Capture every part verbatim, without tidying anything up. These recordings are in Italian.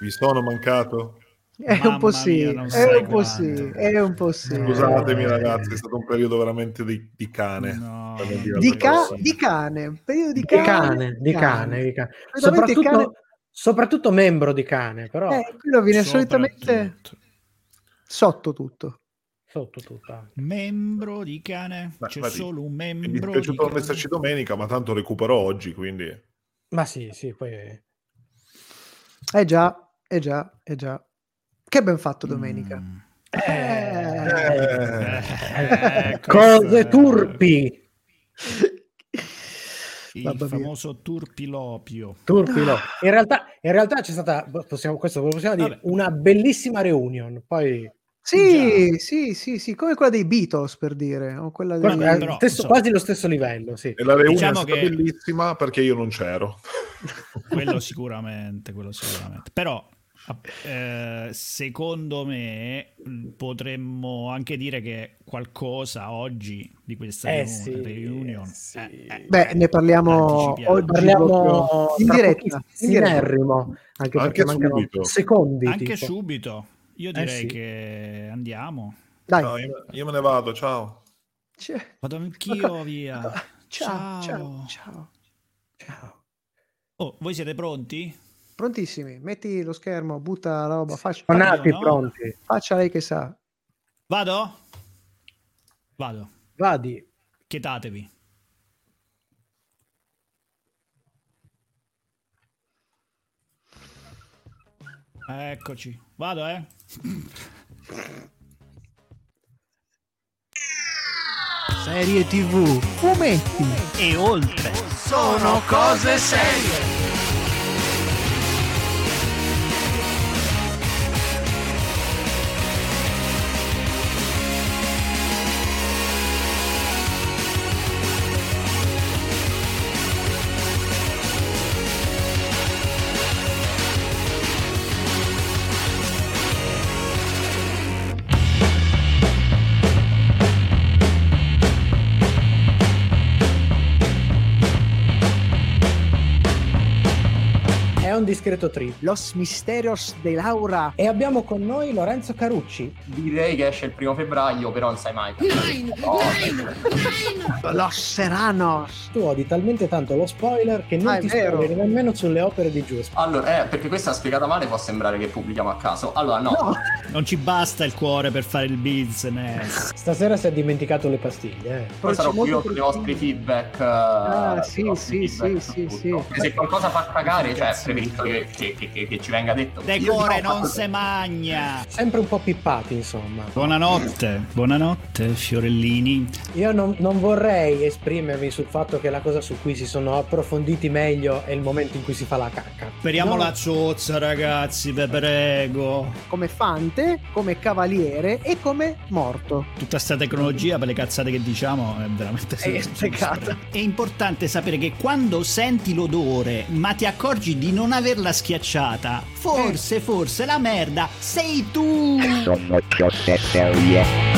Vi sono mancato? È un po' sì, è un po' sì, è un po' sì. Scusatemi ragazzi, è stato un periodo veramente di, di cane. No, di, ca- di cane, periodo di, di cane, cane, di cane, di cane. Solitamente Soprattutto, cane... soprattutto membro di cane, però. Eh, quello viene solitamente sotto tutto. Sotto tutto. Membro di cane, Beh, c'è vedi, solo un mi è membro dispiaciuto di non esserci domenica, ma tanto recupero oggi, quindi... Ma sì, sì, poi... Eh già, eh già, eh già. Che ben fatto domenica. Mm. Eh, Eh, Eh, cose turpi. Il Mamma mia. famoso turpilopio. Turpilo. In realtà, in realtà c'è stata, possiamo, questo lo possiamo dire, Vabbè. una bellissima reunion. Poi sì, sì, sì, sì, come quella dei Beatles, per dire, o quella dei... Vabbè, però, stesso, insomma, quasi lo stesso livello, sì. E la reunion Diciamo è stata che- bellissima perché io non c'ero. Quello sicuramente, quello sicuramente. Però, eh, secondo me, potremmo anche dire che qualcosa oggi di questa Eh reunion, sì, reunion sì. eh, eh, Beh, ne parliamo anticipiamo. oggi Parliamo proprio in tra diretta. In diretta. pochissimerrimo, anche perché Anche mancano subito. secondi. Anche tipo. subito. Io direi sì. che andiamo. Dai. No, io, io me ne vado, ciao. C'è- Vado anch'io Ma- via. Ciao, ciao, Ciao. ciao, ciao. Oh, voi siete pronti? Prontissimi, metti lo schermo, butta la roba, faccia, Sono Io nati no. pronti. faccia lei che sa. Vado? Vado. Vadi. Chietatevi. Eccoci. Vado, eh? Serie tivù, fumetti. E oltre. Sono cose serie. È un discreto trip. Los Misterios de Laura. E abbiamo con noi Lorenzo Carucci. Direi che esce il primo febbraio, però non sai mai. Los Serranos. Tu odi talmente tanto lo spoiler che non Ah, è ti vero. spoileri nemmeno sulle opere di Giuseppe. Allora, eh, perché questa spiegata male può sembrare che pubblichiamo a caso. Allora, no. No. Non ci basta il cuore per fare il business. Stasera si è dimenticato le pastiglie. Eh. Poi sarò Molto curioso dei vostri feedback. Ah, eh, sì, dei vostri sì, feedback sì, su sì, tutto. sì. E se qualcosa fa cagare, cioè, preferisco che, che, che, che, che ci venga detto. Decore Io no, non se magna. Sempre un po' pippati, insomma. Buonanotte. Buonanotte, Fiorellini. Io non, non vorrei esprimermi sul fatto che la cosa su cui si sono approfonditi meglio è il momento in cui si fa la cacca. Speriamo No. la ciozza, ragazzi, vi prego. Come fante, come cavaliere e come morto. Tutta sta tecnologia per le cazzate che diciamo è veramente È sprecata. È importante sapere che quando senti l'odore ma ti accorgi di non averla schiacciata, forse, forse la merda sei tu. Sono cose serie.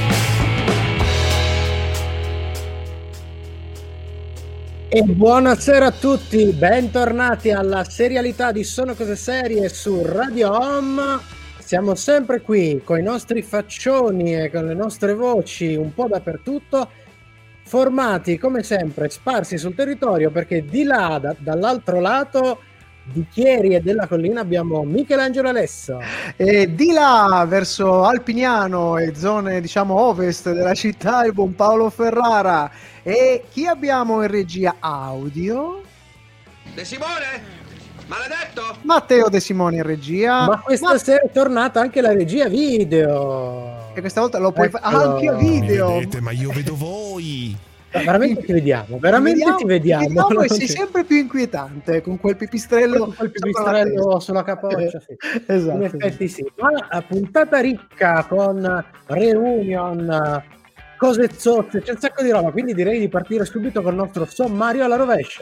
E buonasera a tutti, bentornati alla serialità di Sono Cose Serie su Radio Home. Siamo sempre qui con i nostri faccioni e con le nostre voci un po' dappertutto, formati come sempre, sparsi sul territorio, perché di là, da- dall'altro lato di Chieri e della collina abbiamo Michelangelo Alesso. E di là verso Alpignano e zone diciamo ovest della città il buon Paolo Ferrara. E chi abbiamo in regia audio? De Simone? Maledetto? Matteo De Simoni in regia. Ma questa Ma- sera è tornata anche la regia video. E questa volta lo puoi Ecco. fare anche a video. Vedete, ma io vedo voi. Ma veramente ti vediamo, veramente ti vediamo. Ti vediamo e Non sei ci- sempre più inquietante con quel pipistrello, con quel sopra la pipistrello testa. sulla capoccia, sì. Esatto. In effetti sì. Ma a puntata ricca con reunion, cose zozze, c'è un sacco di roba, quindi direi di partire subito col nostro sommario alla rovescia.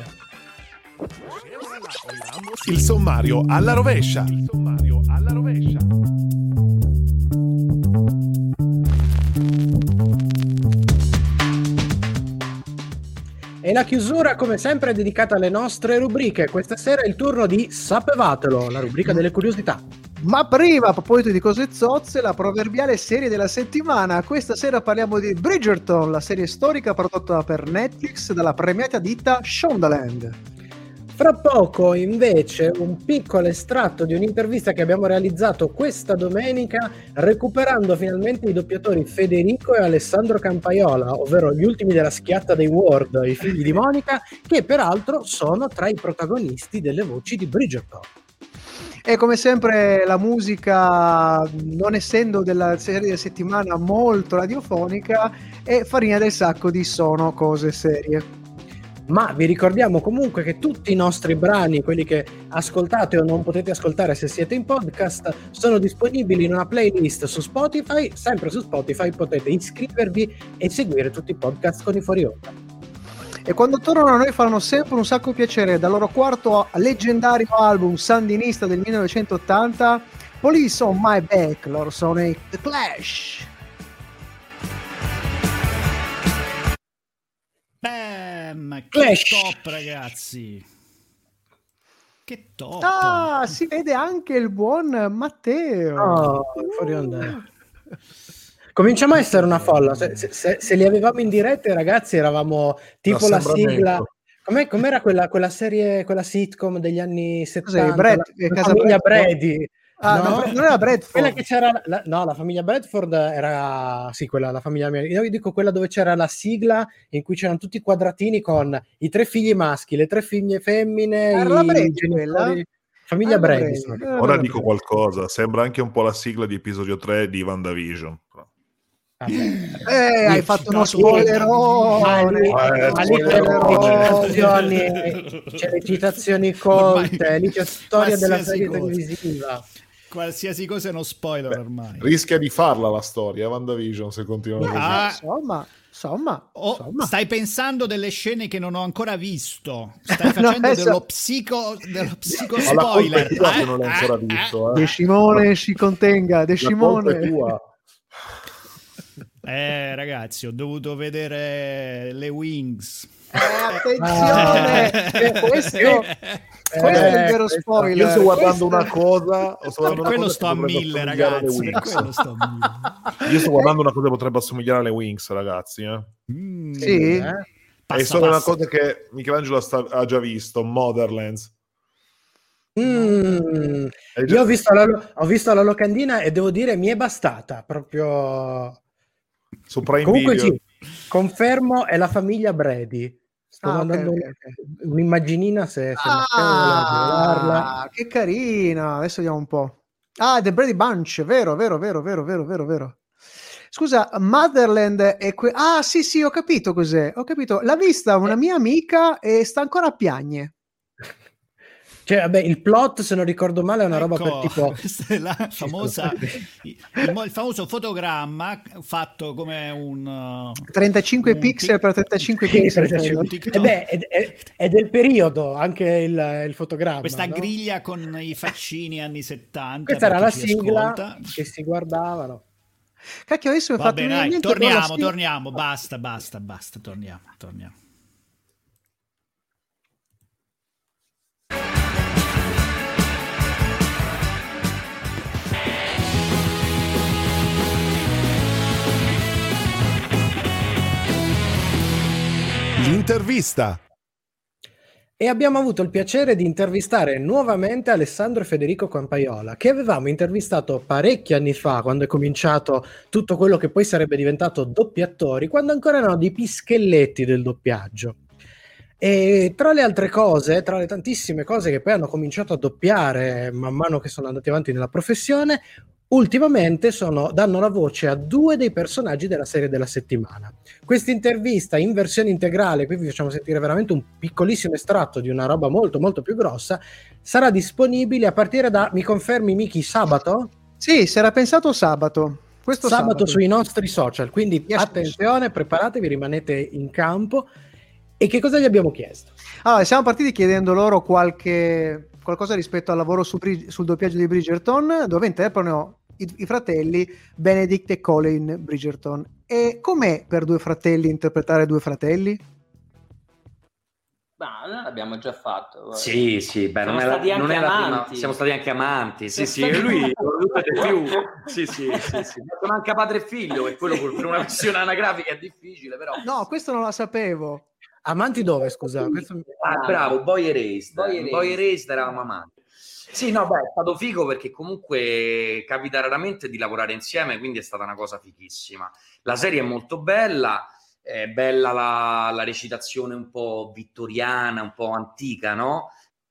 Il sommario alla rovescia. Il sommario alla rovescia. E la chiusura, come sempre, è dedicata alle nostre rubriche. Questa sera è il turno di Sapevatelo, la rubrica delle curiosità. Ma prima, a proposito di cose zozze, la proverbiale serie della settimana. Questa sera parliamo di Bridgerton, la serie storica prodotta per Netflix dalla premiata ditta Shondaland. Fra poco, invece, un piccolo estratto di un'intervista che abbiamo realizzato questa domenica, recuperando finalmente i doppiatori Federico e Alessandro Campaiola, ovvero gli ultimi della schiatta dei Ward, i figli di Monica, che peraltro sono tra i protagonisti delle voci di Bridgerton. E come sempre la musica, non essendo della serie della settimana molto radiofonica, è farina del sacco di Sono Cose Serie. Ma vi ricordiamo comunque che tutti i nostri brani, quelli che ascoltate o non potete ascoltare se siete in podcast, sono disponibili in una playlist su Spotify. Sempre su Spotify potete iscrivervi e seguire tutti i podcast con i fuori onda. E quando tornano a noi faranno sempre un sacco piacere. Dal loro quarto leggendario album sandinista del millenovecentottanta, Police on My Back, loro sono i The Clash. Bam, che Clash. top, ragazzi, che top. Ah, si vede anche il buon Matteo. Oh, fuori onda. Cominciamo a essere una folla. Se, se, se li avevamo in diretta, ragazzi, eravamo tipo la sigla. Com'è, com'era quella, quella serie, quella sitcom degli anni settanta? Brad, la, la la famiglia Brady. Ah, no? no, non era Bradford. Quella che c'era, la, no, la famiglia Bradford era, sì, quella, la famiglia mia. Io dico quella dove c'era la sigla in cui c'erano tutti i quadratini con i tre figli maschi, le tre figlie femmine, era i la Brady, genitori. Quella? Famiglia Ah, Brady. Brady. Sì. Ora dico qualcosa, sembra anche un po' la sigla di episodio tre di WandaVision. Eh, hai fatto uno citato spoiler. Ma lì, Eh, ma lì c'è le citazioni, c'è le citazioni colte, lì c'è storia della Qualsiasi serie cosa. televisiva. Qualsiasi cosa è uno spoiler ormai. Rischia di farla la storia, WandaVision, se continua così. Ah, Insomma, insomma, oh, insomma. stai pensando delle scene che non ho ancora visto. Stai No, facendo adesso- dello psico dello psico Ma la colpa è spoiler. tua che Eh, non l'hai eh, ancora eh. visto. De Eh. Simone ci contenga, De La colpa è Simone. tua. Eh, ragazzi, ho dovuto vedere le Wings. Eh, attenzione, eh, questo, questo è il vero spoiler. Io sto guardando Questo- una cosa. Sto Per guardando una quello cosa sto che a potrebbe mille, assomigliare alle ragazzi. Per Wings. quello sto a mille. Io sto guardando una cosa che potrebbe assomigliare alle Wings, ragazzi. Eh. Mm, Sì? Eh? passa, è solo passa. una cosa che Michelangelo sta- ha già visto, Motherlands. Mm. Hai già- Io ho visto, la, ho visto la locandina e devo dire mi è bastata proprio. Su Prime Comunque Video. sì, confermo, è la famiglia Brady. Sto Ah, ok, mandando ok, un- ok. un'immaginina se, se Matteo vuole guardarla. Ah, che carina. Adesso vediamo un po'. Ah, The Brady Bunch, vero, vero, vero, vero, vero, vero, vero. Scusa, Motherland è que- Ah, sì, sì, ho capito cos'è. Ho capito. L'ha vista una mia amica e sta ancora a piagne. Cioè, vabbè, il plot, se non ricordo male, è una roba per Ecco, tipo. questa è la famosa, il, il famoso fotogramma fatto come un uh, trentacinque un pixel tic- per trentacinque Sì, pixel. trentacinque. un TikTok. Eh beh, è, è- è del periodo anche il, il fotogramma. Questa no? griglia con i faccini anni settanta. Questa era per la chi ci sigla ascolta. che si guardavano. Cacchio, adesso mi ha Va fatto bene, venire in dai, mente quella torniamo, sigla- torniamo, basta, basta, basta, torniamo, torniamo. L'intervista. E abbiamo avuto il piacere di intervistare nuovamente Alessandro e Federico Campaiola, che avevamo intervistato parecchi anni fa, quando è cominciato tutto quello che poi sarebbe diventato doppiatori, quando ancora erano dei pischelletti del doppiaggio. E tra le altre cose, tra le tantissime cose che poi hanno cominciato a doppiare man mano che sono andati avanti nella professione, ultimamente sono, danno la voce a due dei personaggi della serie della settimana. Questa intervista in versione integrale, qui vi facciamo sentire veramente un piccolissimo estratto di una roba molto molto più grossa, sarà disponibile a partire da, mi confermi Miki, sabato? Sì, si era pensato sabato. Questo Sabato, sabato. sui nostri social, quindi Yes. attenzione, preparatevi, rimanete in campo. E che cosa gli abbiamo chiesto? Allora, siamo partiti chiedendo loro qualche qualcosa rispetto al lavoro su Brid- sul doppiaggio di Bridgerton, dove interpretano i, i fratelli Benedict e Colin Bridgerton. E com'è per due fratelli interpretare due fratelli? Ma noi l'abbiamo già fatto. Sì, sì, beh, non è, la, non è la prima. Siamo stati anche amanti, sì, sì, e lui più. Sì, sì, sì, sì. Ma manca padre e figlio, e quello per una versione anagrafica è difficile, però. No, questo non la sapevo. Amanti dove, scusa? Questo... Ah, bravo, Boy Erased. Boy Erased. Boy Erased eravamo amanti. Sì, no, beh, è stato figo perché comunque capita raramente di lavorare insieme, quindi è stata una cosa fighissima. La serie è molto bella, è bella la, la recitazione un po' vittoriana, un po' antica, no?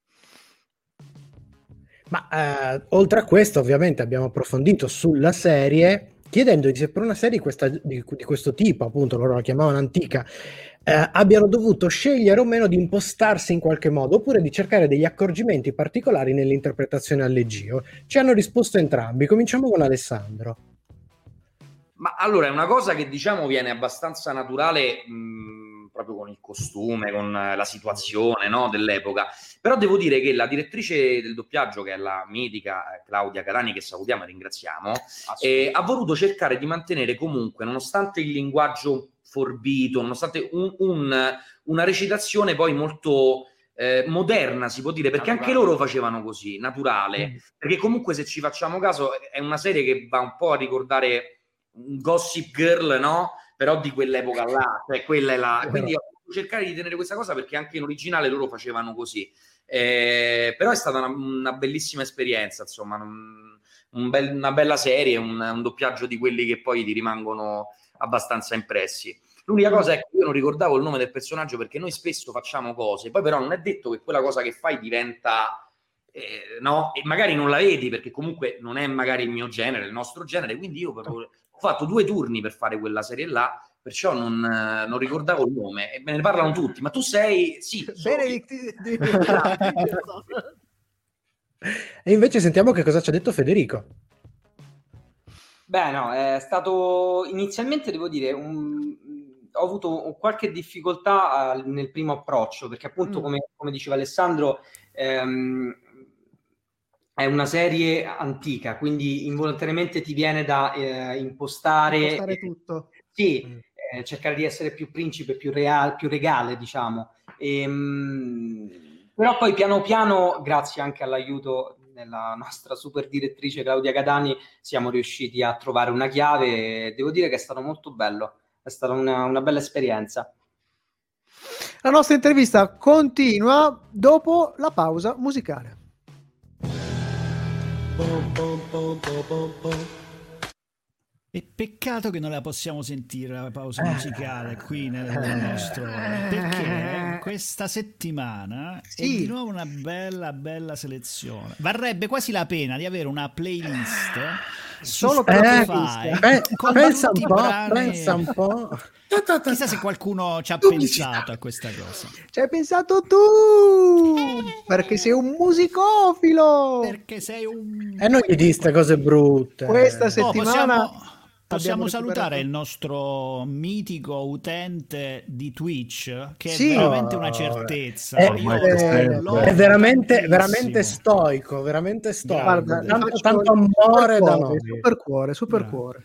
Ma eh, oltre a questo, ovviamente, abbiamo approfondito sulla serie, chiedendogli se per una serie questa, di, di questo tipo, appunto, loro la chiamavano antica, eh, abbiano dovuto scegliere o meno di impostarsi in qualche modo, oppure di cercare degli accorgimenti particolari nell'interpretazione al leggio. Ci hanno risposto entrambi. Cominciamo con Alessandro. Ma allora è una cosa che diciamo viene abbastanza naturale mh, proprio con il costume, con la situazione, no, dell'epoca, però devo dire che la direttrice del doppiaggio, che è la mitica Claudia Catani, che salutiamo e ringraziamo, eh, ha voluto cercare di mantenere comunque, nonostante il linguaggio forbito, nonostante un, un, una recitazione poi molto eh, moderna, si può dire, perché naturale. Anche loro facevano così, naturale, mm. perché comunque se ci facciamo caso è una serie che va un po' a ricordare Gossip Girl, no? Però di quell'epoca là, cioè quella è la... Quindi ho voluto cercare di tenere questa cosa perché anche in originale loro facevano così. Eh, però è stata una, una bellissima esperienza, insomma, un, un bel, una bella serie, un, un doppiaggio di quelli che poi ti rimangono abbastanza impressi. L'unica cosa è che io non ricordavo il nome del personaggio perché noi spesso facciamo cose, poi però non è detto che quella cosa che fai diventa... Eh, no, e magari non la vedi perché comunque non è magari il mio genere, il nostro genere, quindi io proprio... ho fatto due turni per fare quella serie là, perciò non, non ricordavo il nome e me ne parlano tutti, ma tu sei... Sì, Benedict. E invece sentiamo che cosa ci ha detto Federico. Beh, no, è stato inizialmente, devo dire, un... ho avuto qualche difficoltà uh, nel primo approccio, perché appunto, mm. come, come diceva Alessandro, ehm, è una serie antica, quindi involontariamente ti viene da eh, impostare, impostare tutto. Sì, mm. eh, cercare di essere più principe, più, real, più regale, diciamo. E, mh, però poi piano piano, grazie anche all'aiuto della nostra super direttrice Claudia Catani, siamo riusciti a trovare una chiave e devo dire che è stato molto bello, è stata una, una bella esperienza. La nostra intervista continua dopo la pausa musicale. E peccato che non la possiamo sentire la pausa musicale qui nel nostro, perché questa settimana sì. è di nuovo una bella bella selezione. Varrebbe quasi la pena di avere una playlist solo per Spotify, eh, pensa un po', brani... pensa un po'. Chissà se qualcuno ci ha pensato a questa cosa. Ci hai pensato tu, perché sei un musicofilo, perché sei un... e non gli di ste cose brutte. Questa settimana oh, possiamo... Possiamo salutare il nostro mitico utente di Twitch, che sì. è veramente una certezza. È, è, è veramente, veramente stoico, veramente stoico. Guarda, tanto, tanto amore da noi. Super cuore, super Bravo. cuore.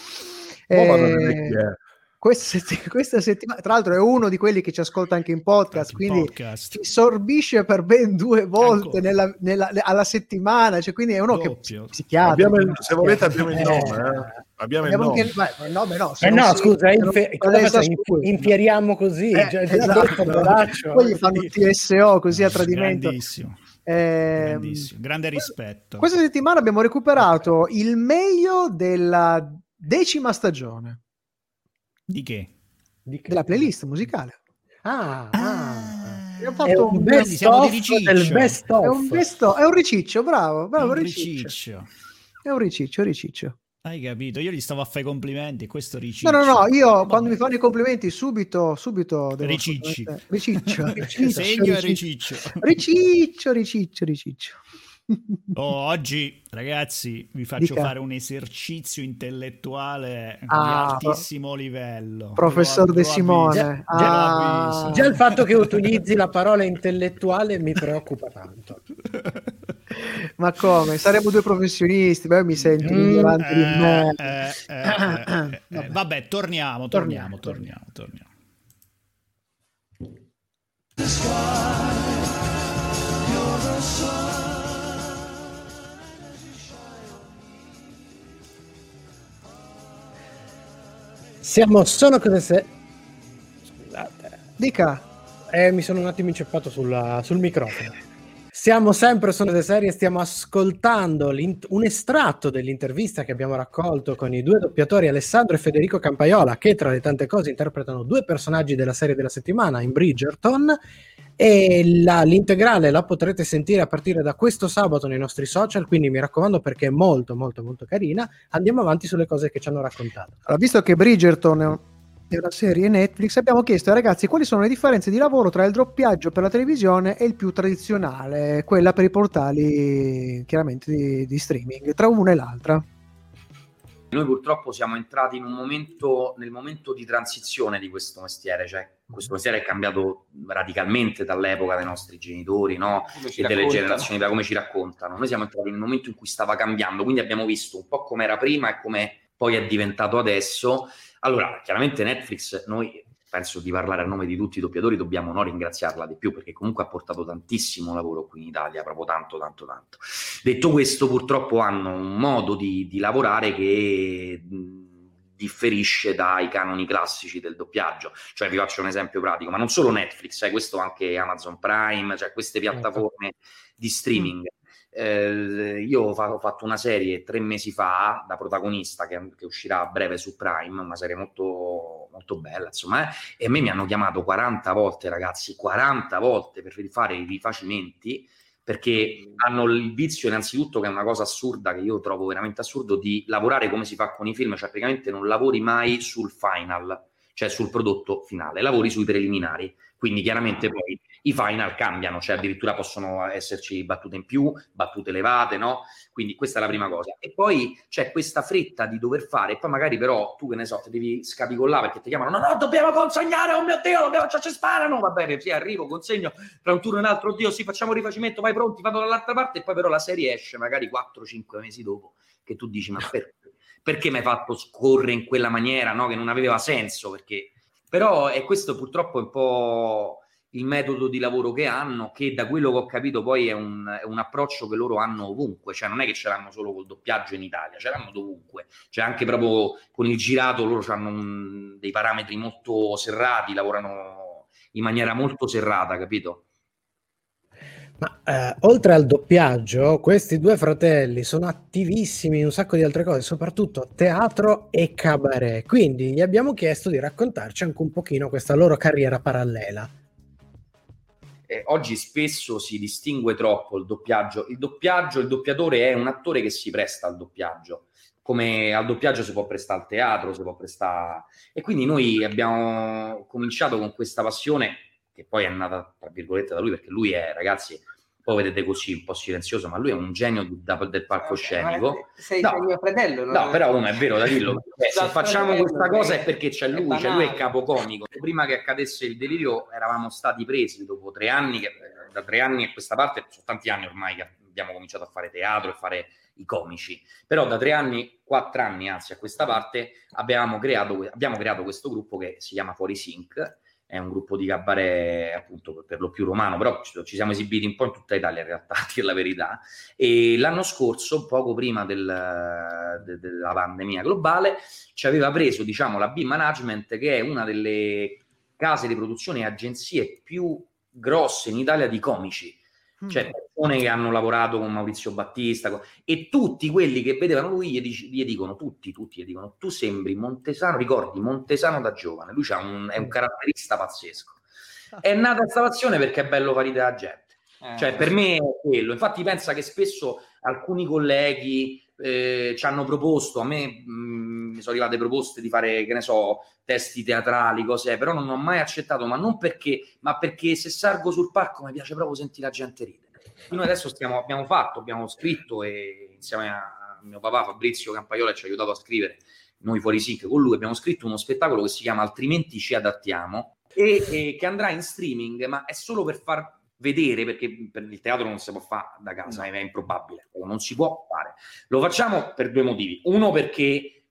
Eh, questa, sett- questa settimana, tra l'altro, è uno di quelli che ci ascolta anche in podcast, anche quindi podcast. Ci sorbisce per ben due volte nella, nella, alla settimana, cioè, quindi è uno Doppio. che psichiatra. Il, se volete abbiamo il nome, eh. Abbiamo, abbiamo il nome. Che, beh, no, beh, no, eh no si, scusa, infe- infieriamo così, eh, cioè, esatto. Poi gli fanno il T S O così a tradimento. Grandissimo. Eh, Grandissimo. Grande rispetto. Questa settimana abbiamo recuperato il meglio della decima stagione. Di che? Di che? Della playlist musicale. Ah, ah. Ho fatto un best of del best of. È un best of, è un riciccio, bravo, bravo, un riciccio. riciccio. È un riciccio, riciccio. Hai capito? Io gli stavo a fare i complimenti, questo riciccio. No, no, no, io Vabbè. quando mi fanno i complimenti subito, subito devo ricicci. Riciccio, riciccio. Segno e riciccio. Riciccio, riciccio, riciccio. Oh, oggi ragazzi vi faccio Dica. fare un esercizio intellettuale ah, di altissimo livello, professor De Simone. Già, ah. già il fatto che utilizzi la parola intellettuale mi preoccupa tanto. Ma come? Saremo due professionisti, beh, mi sento mm, ignorante eh, di me. Eh, eh, eh, eh, eh. Vabbè, torniamo, torniamo, torniamo, torniamo. Siamo Sono Cose Serie. Scusate. Dica. Eh, mi sono un attimo inceppato sulla, sul microfono. Siamo sempre Sono Cose Serie, stiamo ascoltando un estratto dell'intervista che abbiamo raccolto con i due doppiatori Alessandro e Federico Campaiola, che tra le tante cose interpretano due personaggi della serie della settimana in Bridgerton, e la, l'integrale la potrete sentire a partire da questo sabato nei nostri social, quindi mi raccomando perché è molto molto molto carina. Andiamo avanti sulle cose che ci hanno raccontato. Allora, visto che Bridgerton è un... è una serie Netflix, abbiamo chiesto ai ragazzi quali sono le differenze di lavoro tra il doppiaggio per la televisione e il più tradizionale, quella per i portali chiaramente di, di streaming, tra una e l'altra. Noi purtroppo siamo entrati in un momento, nel momento di transizione di questo mestiere, cioè questo mestiere è cambiato radicalmente dall'epoca dei nostri genitori, no? E delle generazioni, da come ci raccontano. Noi siamo entrati nel momento in cui stava cambiando, quindi abbiamo visto un po' come era prima e come poi è diventato adesso. Allora, chiaramente Netflix, noi penso di parlare a nome di tutti i doppiatori, dobbiamo non ringraziarla di più, perché comunque ha portato tantissimo lavoro qui in Italia, proprio tanto, tanto, tanto. Detto questo, purtroppo hanno un modo di, di lavorare che mh, differisce dai canoni classici del doppiaggio. Cioè, vi faccio un esempio pratico, ma non solo Netflix, eh, questo anche Amazon Prime, cioè queste piattaforme di streaming. Eh, io ho fatto una serie tre mesi fa da protagonista che, che uscirà a breve su Prime, una serie molto, molto bella, insomma, eh, e a me mi hanno chiamato quaranta volte, ragazzi, quaranta volte per rifare i rifacimenti, perché hanno il vizio innanzitutto, che è una cosa assurda, che io trovo veramente assurdo, di lavorare come si fa con i film, cioè praticamente non lavori mai sul final, cioè sul prodotto finale, lavori sui preliminari. Quindi chiaramente poi i final cambiano, cioè addirittura possono esserci battute in più, battute elevate, no? Quindi questa è la prima cosa. E poi c'è questa fretta di dover fare, e poi magari però tu, che ne so, ti devi scapicollare perché ti chiamano, no, no, dobbiamo consegnare, oh mio Dio, dobbiamo, cioè, ci sparano, va bene, sì, arrivo, consegno, tra un turno e un altro, oddio, sì, facciamo il rifacimento, vai pronti, vado dall'altra parte, e poi però la serie esce magari quattro cinque mesi dopo, che tu dici, ma perché? Perché mi hai fatto scorrere in quella maniera, no? Che non aveva senso, perché... Però è questo purtroppo è un po' il metodo di lavoro che hanno, che da quello che ho capito poi è un, è un approccio che loro hanno ovunque, cioè non è che ce l'hanno solo col doppiaggio in Italia, ce l'hanno dovunque, cioè anche proprio con il girato loro hanno un, dei parametri molto serrati, lavorano in maniera molto serrata, capito? Ma eh, oltre al doppiaggio, questi due fratelli sono attivissimi in un sacco di altre cose, soprattutto teatro e cabaret. Quindi gli abbiamo chiesto di raccontarci anche un pochino questa loro carriera parallela. Eh, oggi spesso si distingue troppo il doppiaggio. Il doppiaggio, il doppiatore è un attore che si presta al doppiaggio. Come al doppiaggio si può prestare al teatro, si può prestare... E quindi noi abbiamo cominciato con questa passione, che poi è nata, tra virgolette, da lui, perché lui è, ragazzi, poi vedete così, un po' silenzioso, ma lui è un genio di, da, del palcoscenico. Sei, no, sei mio fratello. Non no, però uno è vero da dirlo. Eh, se facciamo questa cosa è perché c'è lui, cioè lui è capocomico. Prima che accadesse il delirio eravamo stati presi dopo tre anni, che, da tre anni a questa parte, sono tanti anni ormai che abbiamo cominciato a fare teatro e fare i comici, però da tre anni, quattro anni anzi a questa parte abbiamo creato, abbiamo creato questo gruppo che si chiama Fuori Sync. È un gruppo di cabaret appunto per lo più romano, però ci siamo esibiti un po' in tutta Italia in realtà, a dire la verità. E l'anno scorso, poco prima del, de, della pandemia globale, ci aveva preso, diciamo, la B-Management, che è una delle case di produzione e agenzie più grosse in Italia di comici. Cioè persone che hanno lavorato con Maurizio Battista con... e tutti quelli che vedevano lui gli, dic- gli dicono tutti, tutti gli dicono tu sembri Montesano, ricordi Montesano da giovane, lui c'ha un, è un caratterista pazzesco. È nata questa passione perché è bello far ridere la gente, eh, cioè per me è quello. Infatti pensa che spesso alcuni colleghi eh, ci hanno proposto, a me mh, mi sono arrivate proposte di fare, che ne so, testi teatrali, cose, però non ho mai accettato, ma non perché, ma perché se salgo sul palco mi piace proprio sentire la gente ridere. Noi adesso stiamo, abbiamo fatto, abbiamo scritto, e insieme a mio papà Fabrizio Campaiola ci ha aiutato a scrivere, noi Fuori Sync con lui abbiamo scritto uno spettacolo che si chiama Altrimenti ci adattiamo, e, e che andrà in streaming, ma è solo per far vedere, perché per il teatro non si può fare da casa, no. È improbabile, non si può fare. Lo facciamo per due motivi. Uno, perché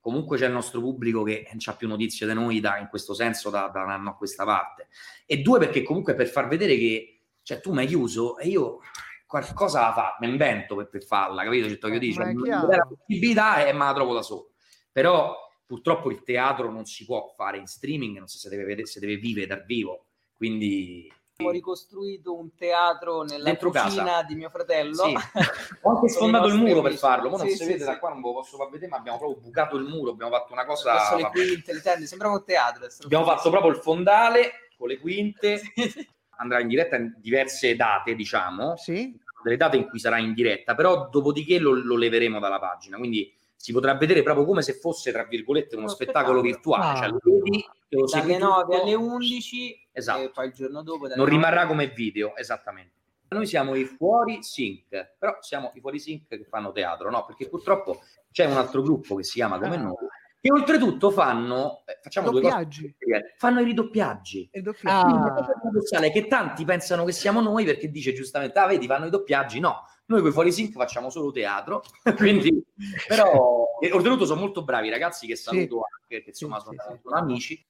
comunque c'è il nostro pubblico che non c'ha più notizie di noi da, in questo senso da, da un anno a questa parte, e due perché comunque per far vedere che cioè tu mi hai chiuso e io qualcosa la fa, mi invento per, per farla, capito? Cioè, io dico, non è la possibilità e me la trovo da solo, però purtroppo il teatro non si può fare in streaming, non so se deve vedere, se deve vivere dal vivo, quindi ho ricostruito un teatro nella dentro cucina casa di mio fratello. Sì. Ho anche sfondato il muro per farlo, ma non sì, si sì, vede sì. da qua, non ve lo posso far vedere, ma abbiamo proprio bucato il muro, abbiamo fatto una cosa, adesso le quinte, le tende, sembrava un teatro. Abbiamo fatto proprio il fondale con le quinte, andrà in diretta in diverse date, diciamo, sì. delle date in cui sarà in diretta, però dopodiché lo, lo leveremo dalla pagina, quindi si potrà vedere proprio come se fosse, tra virgolette, uno, uno spettacolo, spettacolo virtuale, ah. cioè lo vedi, te lo dalle nove alle undici, esatto. E poi il giorno dopo non rimarrà come video, esattamente. Noi siamo i fuori sync, però siamo i fuori sync che fanno teatro, no? Perché purtroppo c'è un altro gruppo che si chiama come noi, che oltretutto fanno, eh, facciamo due cose, fanno i ridoppiaggi. Il doppiaggio. Ah. Che tanti pensano che siamo noi perché dice giustamente, ah vedi, fanno i doppiaggi, no. Noi con i fuori sync facciamo solo teatro, quindi però e oltretutto sono molto bravi i ragazzi che saluto sì. anche, che insomma sì, sono, sì, sono sì. amici.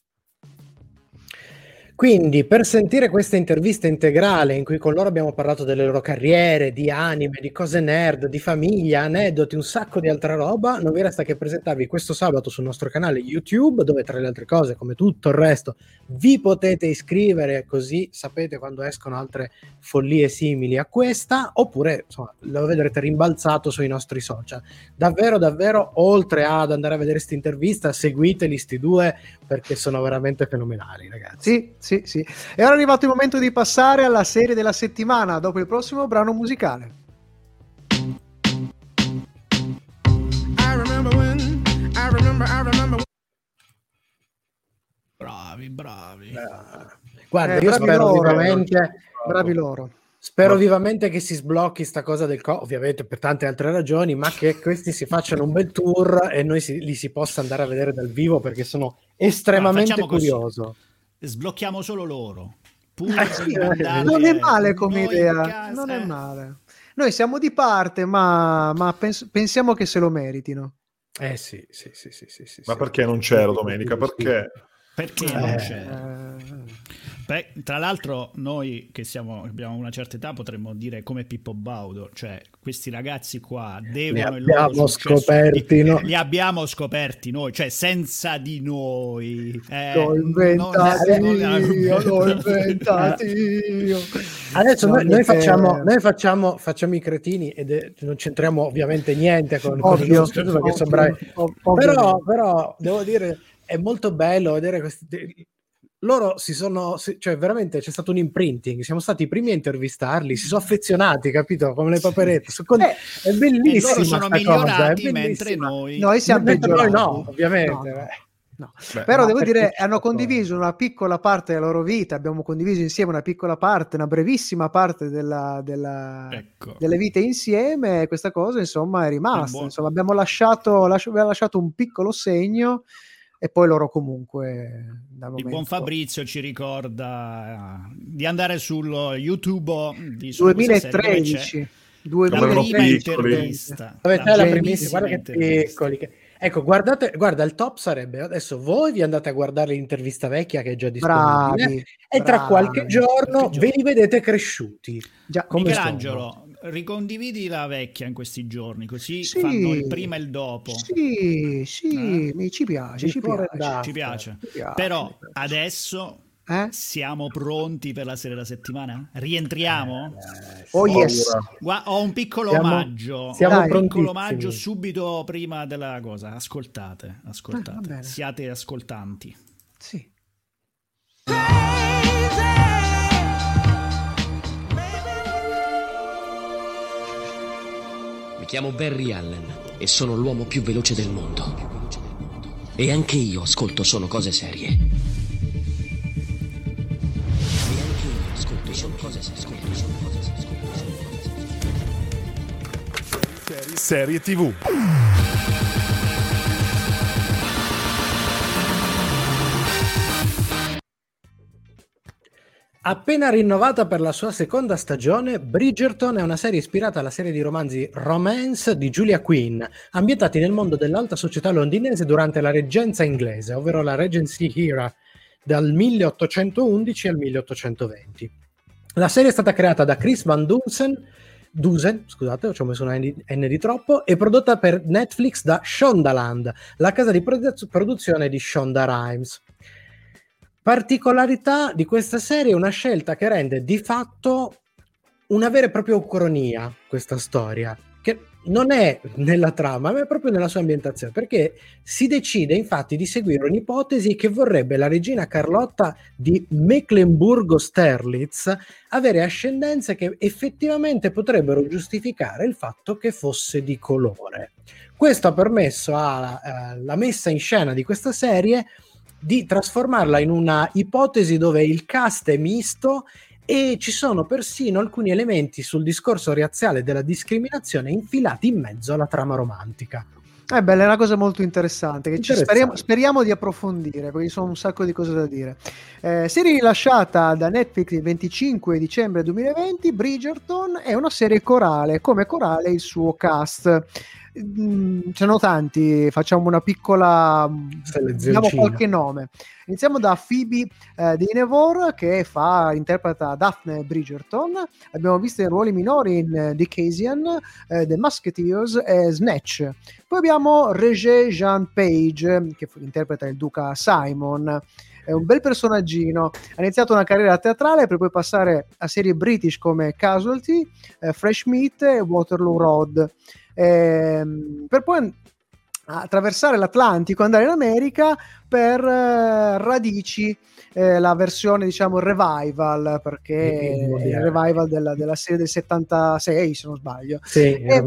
Quindi per sentire questa intervista integrale in cui con loro abbiamo parlato delle loro carriere, di anime, di cose nerd, di famiglia, aneddoti, un sacco di altra roba, non vi resta che presentarvi questo sabato sul nostro canale YouTube, dove tra le altre cose, come tutto il resto, vi potete iscrivere, così sapete quando escono altre follie simili a questa, oppure insomma lo vedrete rimbalzato sui nostri social. Davvero davvero, oltre ad andare a vedere questa intervista, seguiteli sti due perché sono veramente fenomenali, ragazzi. Sì, sì, sì. E ora è arrivato il momento di passare alla serie della settimana dopo il prossimo brano musicale. I remember when, I remember, I remember. Bravi, bravi. Eh, guarda, eh, io spero loro, vivamente bravi loro. Spero vivamente che si sblocchi sta cosa del co, ovviamente per tante altre ragioni, ma che questi si facciano un bel tour e noi si, li si possa andare a vedere dal vivo perché sono estremamente ah, curioso. Così. Sblocchiamo solo loro. Pure eh, sì, non è male come idea, non è male. Noi siamo di parte, ma, ma pens- pensiamo che se lo meritino. Eh sì, sì, sì, sì, sì, sì Ma sì, perché sì, non c'ero sì, domenica? sì, perché? Perché eh, non c'era? Beh, tra l'altro noi che siamo, abbiamo una certa età potremmo dire come Pippo Baudo, cioè questi ragazzi qua devono li abbiamo scoperti, li, no? li abbiamo scoperti noi, cioè senza di noi eh, l'ho inventati non, io l'ho inventati io adesso noi, noi, facciamo, noi facciamo facciamo i cretini ed è, non c'entriamo ovviamente niente con ovvio, con ovvio, perché sono bravi. Ovvio. però però devo dire è molto bello vedere questi loro si sono, cioè veramente c'è stato un imprinting, siamo stati i primi a intervistarli, si sono affezionati, capito, come le paperette. Eh, è bellissimo, loro sono migliorati cosa, mentre noi noi siamo peggiorati. No, ovviamente. No, no. No. Beh, però devo dire hanno condiviso una piccola parte della loro vita, abbiamo condiviso insieme una piccola parte, una brevissima parte della, della, ecco. delle vite insieme, questa cosa insomma è rimasta, insomma abbiamo lasciato, lasci- abbiamo lasciato un piccolo segno. E poi loro comunque dal momento... Il buon Fabrizio ci ricorda di andare sul YouTube di duemilatredici la prima intervista dove c'è la primissima, guarda che piccoli che... ecco guardate, guarda il top sarebbe adesso voi vi andate a guardare l'intervista vecchia che è già disponibile bravi, e tra bravi, qualche giorno qualche ve li vedete cresciuti. Già, come Michelangelo, ricondividi la vecchia in questi giorni così sì, fanno il prima e il dopo. Sì, sì, eh? mi ci piace, ci piace, ci piace. Ci piace. Però ci piace. Adesso eh? siamo pronti per la serie della settimana? Rientriamo? Eh, oh yes. Gua- ho un piccolo siamo, omaggio, siamo ho un piccolo omaggio subito prima della cosa. Ascoltate, ascoltate. Eh, siate ascoltanti. Sì. Mi chiamo Barry Allen e sono l'uomo più veloce del mondo. E anche io ascolto solo cose serie. E anche io ascolto solo cose serie. Serie tivù. Appena rinnovata per la sua seconda stagione, Bridgerton è una serie ispirata alla serie di romanzi Romance di Julia Quinn, ambientati nel mondo dell'alta società londinese durante la reggenza inglese, ovvero la Regency Era, dal milleottocentoundici al milleottocentoventi. La serie è stata creata da Chris Van Dusen, Dusen, scusate, ci ho messo una N di troppo, e prodotta per Netflix da Shondaland, la casa di produ- produzione di Shonda Rhimes. Particolarità di questa serie è una scelta che rende di fatto una vera e propria ucronia questa storia, che non è nella trama, ma è proprio nella sua ambientazione, perché si decide infatti di seguire un'ipotesi che vorrebbe la regina Carlotta di Mecklenburgo-Strelitz avere ascendenze che effettivamente potrebbero giustificare il fatto che fosse di colore. Questo ha permesso alla messa in scena di questa serie di trasformarla in una ipotesi dove il cast è misto e ci sono persino alcuni elementi sul discorso razziale della discriminazione infilati in mezzo alla trama romantica. Eh bella, è una cosa molto interessante che ci Interessante. speriamo, speriamo di approfondire, perché ci sono un sacco di cose da dire. Eh, serie rilasciata da Netflix il venticinque dicembre duemilaventi, Bridgerton è una serie corale, come corale il suo cast. Mm, ce ne sono tanti, facciamo una piccola, diamo qualche nome. Iniziamo da Phoebe eh, Dynevor, che fa interpreta Daphne Bridgerton. Abbiamo visto in ruoli minori in uh, Dickensian, uh, The Musketeers e Snatch. Poi abbiamo Regé Jean Page, che interpreta il duca Simon. È un bel personaggino. Ha iniziato una carriera teatrale per poi passare a serie british come Casualty, eh, Fresh Meat e Waterloo Road. Eh, per poi attraversare l'Atlantico, andare in America per eh, Radici, eh, la versione diciamo revival, perché il revival della, della serie del settantasei se non sbaglio, sì, e,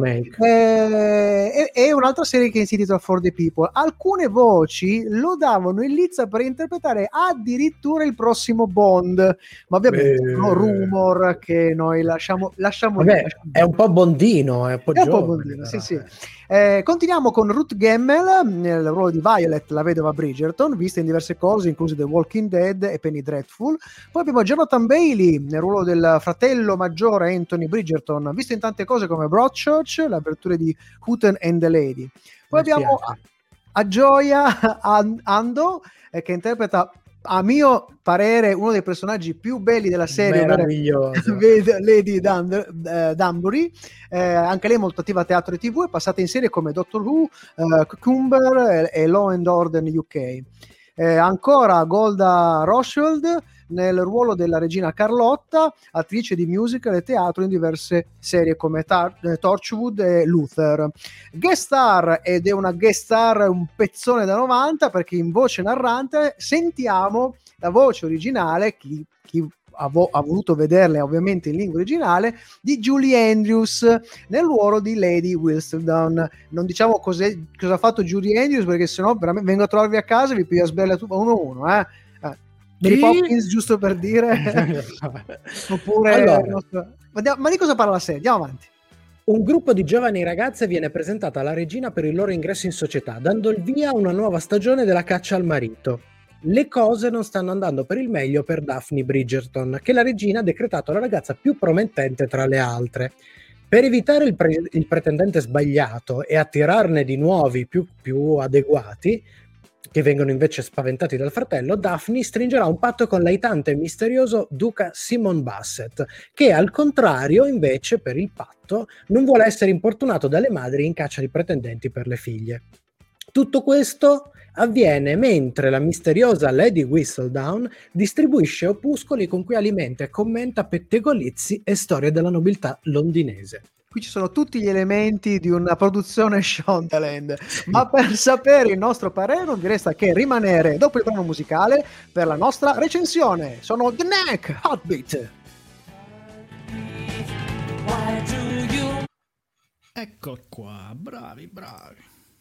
eh, è un'altra serie che si intitola For the People. Alcune voci lo davano in lizza per interpretare addirittura il prossimo Bond, ma ovviamente sono rumor che noi lasciamo lasciamo, Vabbè, lasciamo. È un po' bondino, è un po' È un giovane, po' bondino, però, sì, sì. eh. Eh, continuiamo con Ruth Gemmell nel ruolo di Violet, la vedova Bridgerton, vista in diverse cose, incluse The Walking Dead e Penny Dreadful. Poi abbiamo Jonathan Bailey nel ruolo del fratello maggiore Anthony Bridgerton, visto in tante cose come Broadchurch, l'apertura di Hooten and the Lady. Poi Mi abbiamo a, a Gioia Ando, eh, che interpreta, a mio parere, uno dei personaggi più belli della serie, meraviglioso, Lady Dun- uh, Dunbury. Eh, anche lei è molto attiva a teatro e tivù, è passata in serie come Doctor Who, uh, Cucumber e, e Law and Order in U K. Eh, ancora Golda Rothschild nel ruolo della regina Carlotta, attrice di musical e teatro in diverse serie come Tar- Torchwood e Luther. Guest star, ed è una guest star un pezzone da novanta, perché in voce narrante sentiamo la voce originale, chi, chi ha, vo- ha voluto vederla ovviamente in lingua originale, di Julie Andrews nel ruolo di Lady Whistledown. Non diciamo cos'è, cosa ha fatto Julie Andrews, perché sennò veramente vengo a trovarvi a casa e vi piglio a sbella tu- uno a uno, eh. Mary Poppins, giusto per dire. Oppure allora, nostro... ma, di, ma di cosa parla la serie? Andiamo avanti. Un gruppo di giovani ragazze viene presentata alla regina per il loro ingresso in società, dando il via a una nuova stagione della caccia al marito. Le cose non stanno andando per il meglio per Daphne Bridgerton, che la regina ha decretato la ragazza più promettente tra le altre. Per evitare il, pre- il pretendente sbagliato e attirarne di nuovi più, più adeguati, che vengono invece spaventati dal fratello, Daphne stringerà un patto con l'aitante e misterioso duca Simon Basset, che al contrario, invece, per il patto, non vuole essere importunato dalle madri in caccia di pretendenti per le figlie. Tutto questo avviene mentre la misteriosa Lady Whistledown distribuisce opuscoli con cui alimenta e commenta pettegolizi e storie della nobiltà londinese. Qui ci sono tutti gli elementi di una produzione Shondaland, ma per sapere il nostro parere non vi resta che rimanere dopo il brano musicale per la nostra recensione. Sono The Neck, Heartbeat. Ecco qua, bravi, bravi.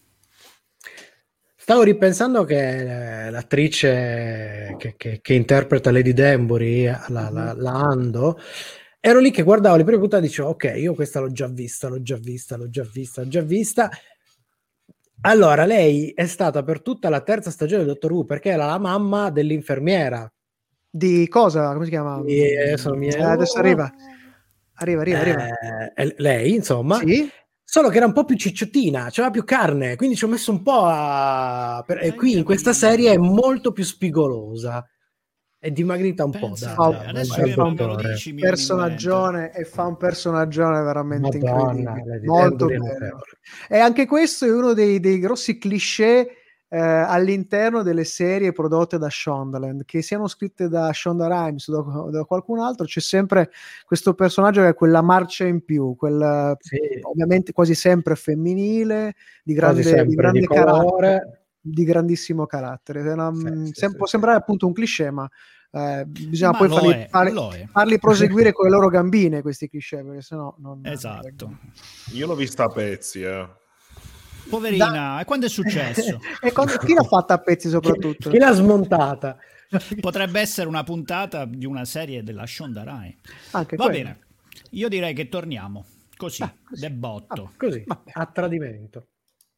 Stavo ripensando che l'attrice che, che, che interpreta Lady Danbury, la, la, la Ando, ero lì che guardavo le prime puntate e dicevo ok, io questa l'ho già vista, l'ho già vista, l'ho già vista, l'ho già vista. Allora, lei è stata per tutta la terza stagione di Doctor Who, perché era la mamma dell'infermiera Di cosa? Come si chiama? Di, adesso, mi... eh, adesso arriva. Arriva, arriva, arriva. Eh, lei, insomma. Sì? Solo che era un po' più cicciottina, c'aveva più carne, quindi ci ho messo un po' a... Per... E qui in questa serie è molto più spigolosa. È dimagrita un Pensa, po'. dai, adesso che me lo dici, mi personaggione e fa un personaggione veramente Madonna, incredibile, molto bello. E anche questo è uno dei, dei grossi cliché eh, all'interno delle serie prodotte da Shondaland, che siano scritte da Shonda Rhimes o da, da qualcun altro, c'è sempre questo personaggio che è quella marcia in più, quel, sì. ovviamente quasi sempre femminile, di grande, sempre di grande di carattere, di grandissimo carattere. Una, sì, sem- sì, può sì, sembrare sì. appunto un cliché, ma eh, bisogna Ma poi lo farli, è, farli, lo è. farli proseguire con le loro gambine questi cliché, perché sennò non... Esatto. Io l'ho vista a pezzi, eh. Poverina, Da... e quando è successo? E quando... Chi l'ha fatta a pezzi soprattutto? Chi l'ha smontata? Potrebbe essere una puntata di una serie della Shonda Rhimes. Anche Va quello. bene, io direi che torniamo così, ah, così. de botto. Ah, così, vabbè. A tradimento.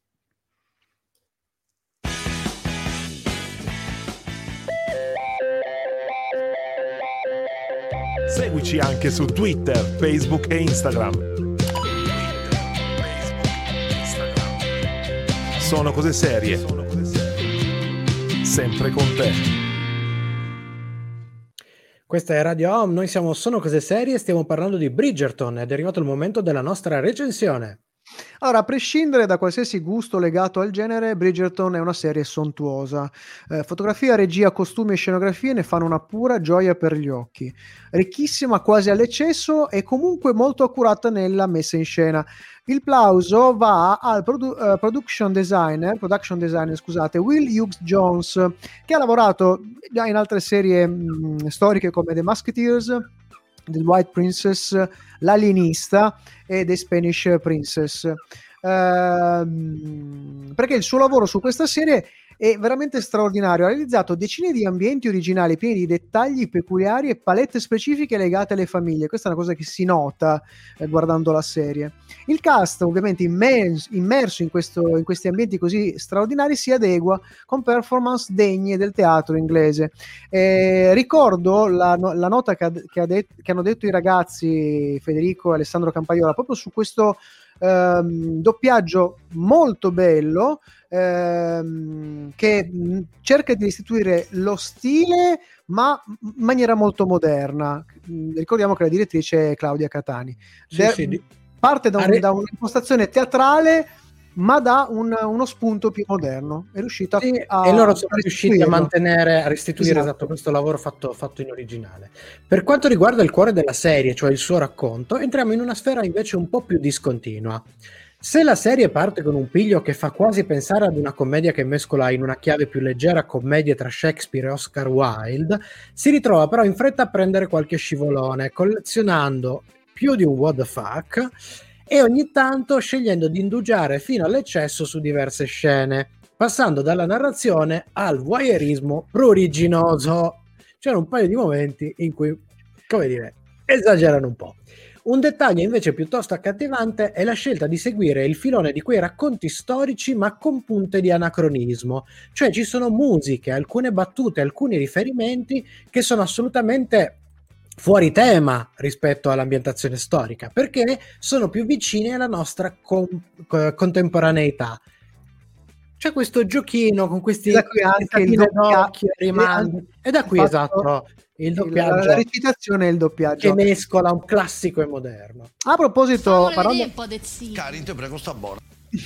Seguici anche su Twitter, Facebook e Instagram. Sono cose serie. Sempre con te. Questa è Radio Home, noi siamo Sono Cose Serie e stiamo parlando di Bridgerton ed è arrivato il momento della nostra recensione. Allora, a prescindere da qualsiasi gusto legato al genere, Bridgerton è una serie sontuosa. Eh, fotografia, regia, costumi e scenografie ne fanno una pura gioia per gli occhi. Ricchissima quasi all'eccesso e comunque molto accurata nella messa in scena. Il plauso va al produ- uh, production designer, production designer, scusate, Will Hughes Jones, che ha lavorato già in altre serie mh, storiche come The Musketeers, The White Princess, L'Alienista e The Spanish Princess. Ehm, perché il suo lavoro su questa serie è veramente straordinario. Ha realizzato decine di ambienti originali pieni di dettagli peculiari e palette specifiche legate alle famiglie. Questa è una cosa che si nota eh, guardando la serie. Il cast, ovviamente immers- immerso in, questo, in questi ambienti così straordinari, si adegua con performance degne del teatro inglese. Eh, ricordo la, no- la nota che, ha, che, ha det- che hanno detto i ragazzi Federico e Alessandro Campaiola proprio su questo ehm, doppiaggio molto bello, ehm, che mh, cerca di restituire lo stile ma in maniera molto moderna. Mh, ricordiamo che la direttrice è Claudia Catani. Sì, De- sì, di... parte da, un, da un'impostazione teatrale ma da un, uno spunto più moderno. È riuscita sì, a e loro sono riusciti a mantenere, a restituire esatto. esatto questo lavoro fatto, fatto in originale. Per quanto riguarda il cuore della serie, cioè il suo racconto, entriamo in una sfera invece un po' più discontinua. Se la serie parte con un piglio che fa quasi pensare ad una commedia che mescola in una chiave più leggera commedie tra Shakespeare e Oscar Wilde, si ritrova però in fretta a prendere qualche scivolone, collezionando più di un what the fuck e ogni tanto scegliendo di indugiare fino all'eccesso su diverse scene, passando dalla narrazione al voyeurismo pruriginoso. C'erano un paio di momenti in cui, come dire, esagerano un po'. Un dettaglio invece piuttosto accattivante è la scelta di seguire il filone di quei racconti storici ma con punte di anacronismo, cioè ci sono musiche, alcune battute, alcuni riferimenti che sono assolutamente fuori tema rispetto all'ambientazione storica, perché sono più vicini alla nostra con- contemporaneità. C'è questo giochino con questi da qui anche il doppia- rimandi, e da qui esatto il doppiaggio, la, la recitazione e il doppiaggio che mescola un classico e moderno. A proposito, parlando... Cari, ti prego, sta buono.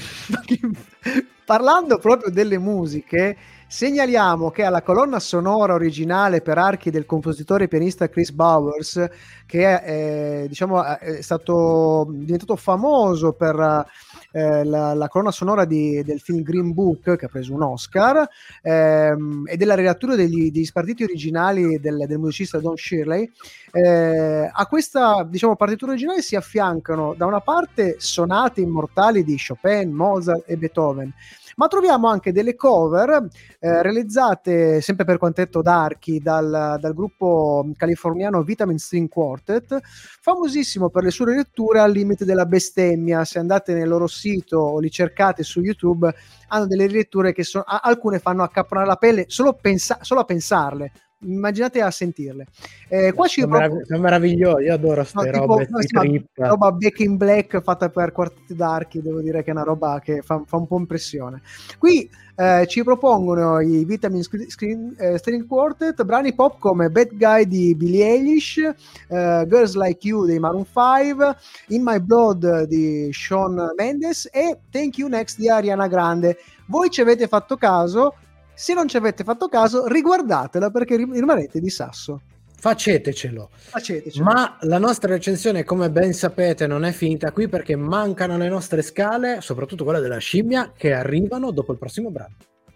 parlando proprio delle musiche, segnaliamo che alla colonna sonora originale per archi del compositore e pianista Chris Bowers, che è, diciamo, è stato diventato famoso per eh, la, la colonna sonora di, del film Green Book, che ha preso un Oscar, ehm, e della rilettura degli, degli spartiti originali del, del musicista Don Shirley, eh, a questa, diciamo, partitura originale si affiancano da una parte sonate immortali di Chopin, Mozart e Beethoven, ma troviamo anche delle cover eh, realizzate sempre per quantetto d'archi dal, dal gruppo californiano Vitamin String Quartet, famosissimo per le sue letture al limite della bestemmia. Se andate nel loro sito o li cercate su YouTube, hanno delle letture che sono, alcune fanno accapponare la pelle solo, pensa, solo a pensarle, immaginate a sentirle. Eh, qua ci sono, merav- sono meraviglioso, io adoro queste no, robe, tipo, no, sti no, trip. roba Back in Black fatta per Quartet d'Archi, devo dire che è una roba che fa, fa un po' impressione. Qui eh, ci propongono i Vitamin Screen, eh, String Quartet brani pop come Bad Guy di Billie Eilish, eh, Girls Like You dei Maroon five, In My Blood di Shawn Mendes e Thank You Next di Ariana Grande. Voi ci avete fatto caso? Se non ci avete fatto caso, riguardatela perché rimarrete di sasso. Facetecelo. Facetecelo. Ma la nostra recensione, come ben sapete, non è finita qui perché mancano le nostre scale, soprattutto quella della scimmia, che arrivano dopo il prossimo brano.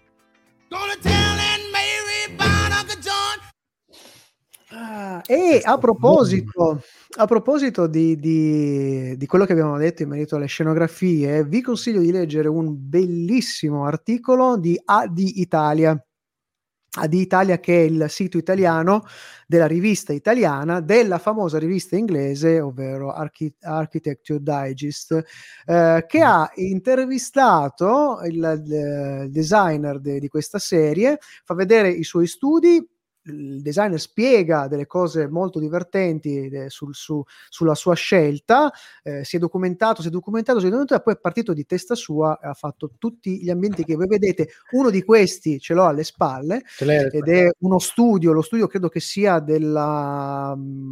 Ah, e a proposito, a proposito di, di, di quello che abbiamo detto in merito alle scenografie, vi consiglio di leggere un bellissimo articolo di A D Italia. A D Italia, che è il sito italiano della rivista italiana della famosa rivista inglese, ovvero Archi- Architecture Digest, eh, che ha intervistato il, il designer de, di questa serie, fa vedere i suoi studi. Il designer spiega delle cose molto divertenti de, sul, su, sulla sua scelta, eh, si è documentato, si è documentato, si è documentato e poi è partito di testa sua e ha fatto tutti gli ambienti che voi vedete. Uno di questi ce l'ho alle spalle ed è uno studio, lo studio credo che sia della...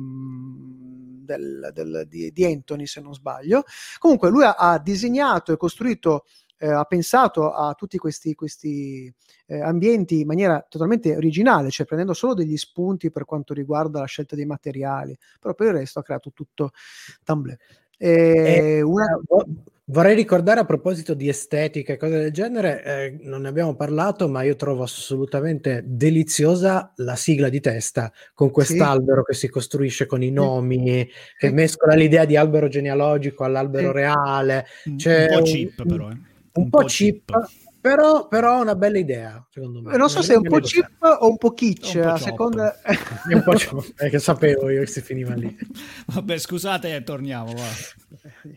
Del, del, di, di Anthony, se non sbaglio. Comunque lui ha, ha disegnato e costruito, eh, ha pensato a tutti questi, questi eh, ambienti in maniera totalmente originale, cioè prendendo solo degli spunti per quanto riguarda la scelta dei materiali, però per il resto ha creato tutto Tumblr. E e, una... Vorrei ricordare, a proposito di estetica e cose del genere, eh, non ne abbiamo parlato, ma io trovo assolutamente deliziosa la sigla di testa, con quest'albero sì. che si costruisce con i nomi, sì. che sì. mescola l'idea di albero genealogico all'albero sì. reale. C'è un po' cheap, però. Eh. Un, un po' cheap, cheap. Però, però una bella idea, secondo me. Non so se è un po' cheap o un po' kitsch, a seconda... È un po' ciop, è che sapevo io che si finiva lì. Vabbè, scusate, torniamo, va.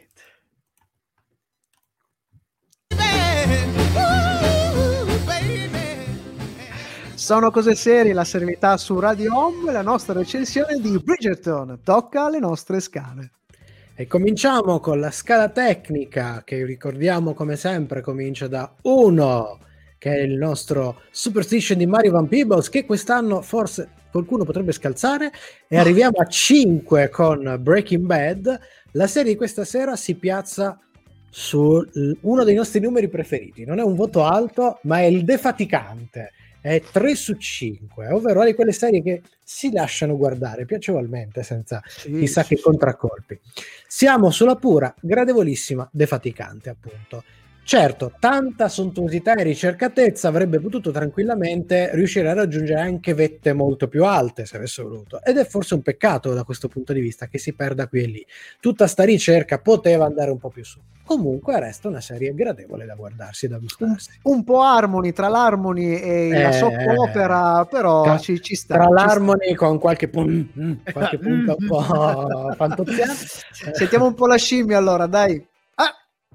Sono cose serie, la serenità su Radio Home, la nostra recensione di Bridgerton. Tocca alle nostre scale. E cominciamo con la scala tecnica, che ricordiamo come sempre comincia da uno, che è il nostro Superstition di Mario Van Peebles, che quest'anno forse qualcuno potrebbe scalzare, e arriviamo a cinque con Breaking Bad. La serie di questa sera si piazza su uno dei nostri numeri preferiti. Non è un voto alto, ma è il defaticante. È tre su cinque, ovvero di quelle serie che si lasciano guardare piacevolmente senza sì, chissà sì, che contraccolpi. Siamo sulla pura, gradevolissima defaticante, appunto. Certo, tanta sontuosità e ricercatezza avrebbe potuto tranquillamente riuscire a raggiungere anche vette molto più alte, se avesse voluto, ed è forse un peccato da questo punto di vista che si perda qui e lì. Tutta sta ricerca poteva andare un po' più su. Comunque resta una serie gradevole da guardarsi e da gustarsi. Un, un po' Harmony, tra l'Harmony e eh, la soap opera, però tra, ci, ci sta. Tra ci l'Harmony sta. con qualche, pun, qualche punto un po' fantoziano. Sentiamo un po' la scimmia allora, dai. Ah!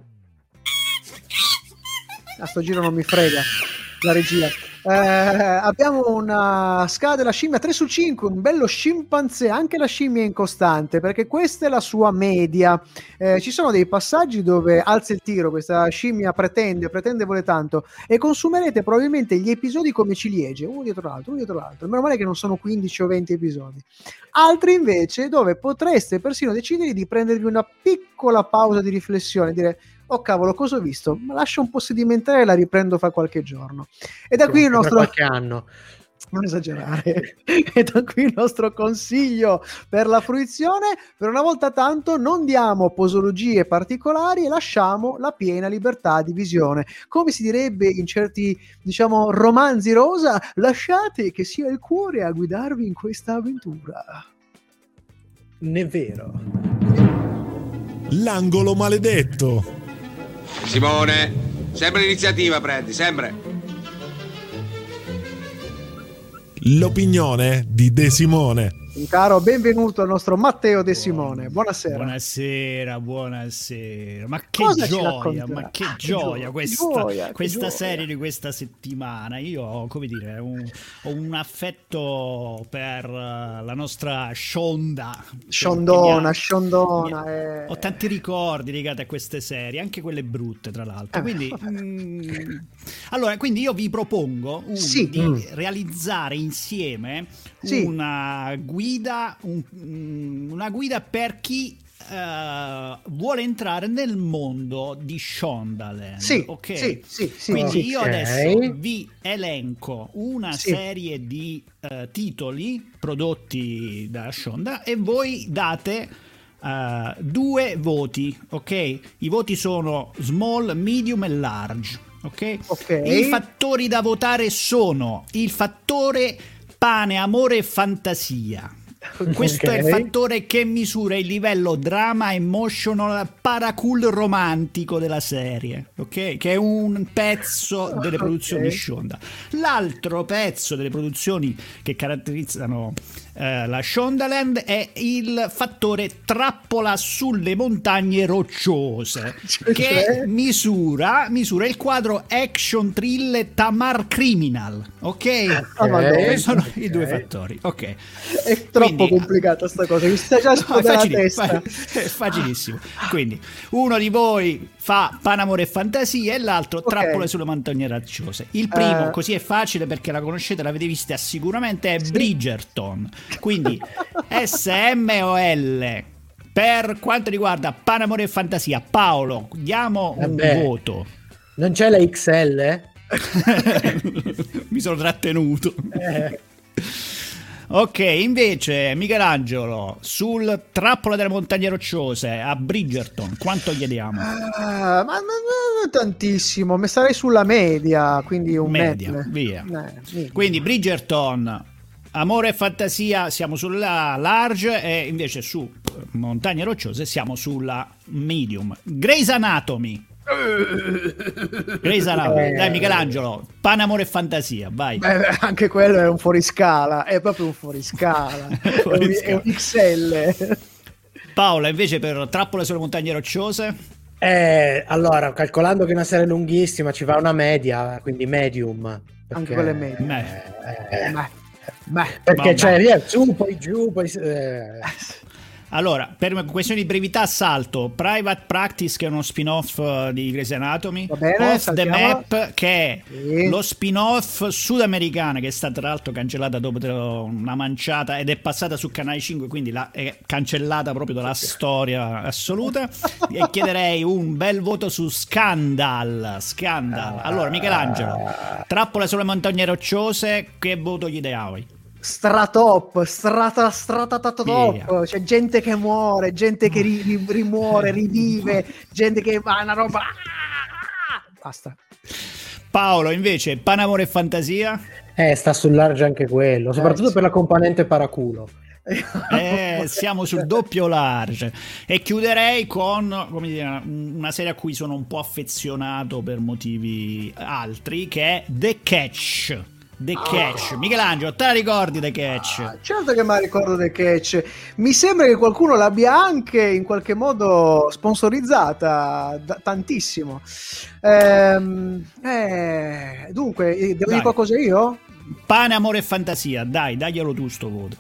A sto giro non mi frega la regia. Eh, abbiamo una scala della scimmia tre su cinque, un bello scimpanzé. Anche la scimmia è incostante perché questa è la sua media. Eh, ci sono dei passaggi dove alza il tiro, questa scimmia pretende, pretende vuole tanto, e consumerete probabilmente gli episodi come ciliegie, uno dietro l'altro, uno dietro l'altro. Meno male che non sono quindici o venti episodi. Altri invece dove potreste persino decidere di prendervi una piccola pausa di riflessione, dire: oh cavolo, cosa ho visto? Ma lascio un po' sedimentare e la riprendo fra qualche giorno. E da qui il nostro... qualche anno. Non esagerare. E da qui il nostro consiglio per la fruizione: per una volta tanto non diamo posologie particolari e lasciamo la piena libertà di visione. Come si direbbe in certi, diciamo, romanzi rosa, lasciate che sia il cuore a guidarvi in questa avventura. Ne vero. L'angolo maledetto. Simone, sempre l'iniziativa prendi, sempre. L'opinione di De Simone. Un caro benvenuto al nostro Matteo De Simone. Buonasera. Buonasera, buonasera. Ma che Cosa ci gioia, racconterà? ma che Che gioia gioia, questa, gioia, che questa gioia. serie di questa settimana. Io ho, come dire, un, ho un affetto per uh, la nostra Shonda. Shondona, Ha- Shondona. eh. Ho tanti ricordi legati a queste serie, anche quelle brutte, tra l'altro. Eh. Quindi, mm, allora, quindi io vi propongo un- Sì. di Mm. realizzare insieme Sì. una guida, un- mm, una guida per chi eh, vuole entrare nel mondo di Shondaland. Sì, ok? sì, sì, sì, Quindi sì. io Ok. adesso vi elenco una Sì. serie di eh, titoli prodotti da Shonda e voi date eh, due voti, ok? I voti sono small, medium e large, ok? Ok. I fattori da votare sono il fattore pane, amore e fantasia. Questo Ok. è il fattore che misura il livello drama, emotional, paracool romantico della serie, ok? Che è un pezzo delle produzioni Ok. Shonda. L'altro pezzo delle produzioni che caratterizzano eh, la Shondaland è il fattore trappola sulle montagne rocciose, Cioè? che misura, misura il quadro action thriller Tamar Criminal, ok? Ah, Madonna. Questi sono Ok. i due fattori, ok. È troppo Quindi- complicata sta cosa, mi sta già No, è esplodendo la facili- testa. fa- è facilissimo. Quindi uno di voi fa Panamore e Fantasia e l'altro Ok. Trappole sulle montagne rocciose. Il primo, Eh. così è facile perché la conoscete, l'avete vista sicuramente, è Bridgerton. Quindi S M o L. Per quanto riguarda Panamore e Fantasia, Paolo, diamo un Vabbè. voto. Non c'è la X L? Mi sono trattenuto. Eh. Ok, invece Michelangelo sul Trappola delle montagne rocciose a Bridgerton, quanto gli diamo? Ah, ma non tantissimo, mi sarei sulla media, quindi un Media, met- via. Eh, sì. Quindi Bridgerton, Amore e Fantasia siamo sulla large e invece su Montagne Rocciose siamo sulla medium. Grey's Anatomy. Grey's Anatomy. Eh. Dai Michelangelo, Pane, Amore e Fantasia, vai. Beh, anche quello è un fuoriscala, è proprio un fuoriscala, è, un, Fuoriscala. è un X L. Paola invece per Trappole sulle montagne rocciose. Eh, allora, calcolando che è una serie lunghissima, ci va una media, quindi medium. Perché, Anche quella è media. Beh. eh, Beh, beh. perché Vabbè. c'è via su, poi giù, poi... eh. Allora, per questioni di brevità salto Private Practice, che è uno spin-off eh, di Grey's Anatomy, Va bene, Off the saltiamo. Map, che è Sì. lo spin-off sudamericana, che è stata tra l'altro cancellata dopo una manciata ed è passata su Canale cinque, quindi la, è cancellata proprio dalla storia assoluta. E chiederei un bel voto su Scandal. Scandal. Allora, Michelangelo, Trappole sulle montagne rocciose, che voto gli dai? Stratop, strata, strata Via. top, c'è gente che muore, gente che ri- ri- rimuore, rivive, gente che va una roba. Ah! Basta. Paolo invece, Panamore e Fantasia. Eh, sta sul large anche quello, soprattutto sì. per la componente paraculo. Eh, siamo sul doppio large. E chiuderei con, come dire, una serie a cui sono un po' affezionato per motivi altri, che è The Catch. The Catch. Michelangelo, te la ricordi The Catch? Certo che mi ricordo del catch. Mi sembra che qualcuno l'abbia anche in qualche modo sponsorizzata da- tantissimo. Ehm, eh, dunque, eh, devo Dai. dire qualcosa io? Pane, Amore e Fantasia, dai, daglielo tu sto voto.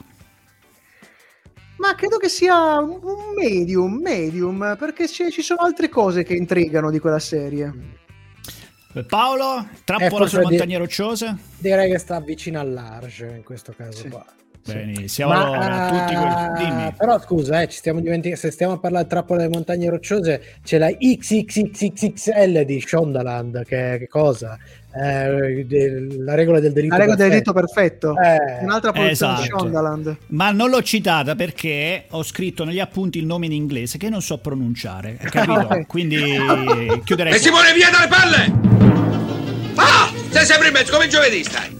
Ma credo che sia un un medium, medium, perché ci ci sono altre cose che intrigano di quella serie. Paolo, Eh, Trappola forse sulle di- montagne rocciose? Direi che sta vicino al large in questo caso Sì. qua. Benissimo, Ma, allora, tutti quelli... dimmi. eh, però scusa, eh, ci stiamo dimenticando, se stiamo a parlare di Trappola delle montagne rocciose, c'è la X X X X X L di Shondaland, che, che cosa? Eh, de- la regola del delitto La regola del delitto perfetto. perfetto. Eh, Un'altra produzione di esatto. Shondaland. Ma non l'ho citata perché ho scritto negli appunti il nome in inglese che non so pronunciare, capito? Ok. Quindi chiuderei E qua. Simone, via dalle palle! Ah! Sei sempre in mezzo, come il giovedì stai!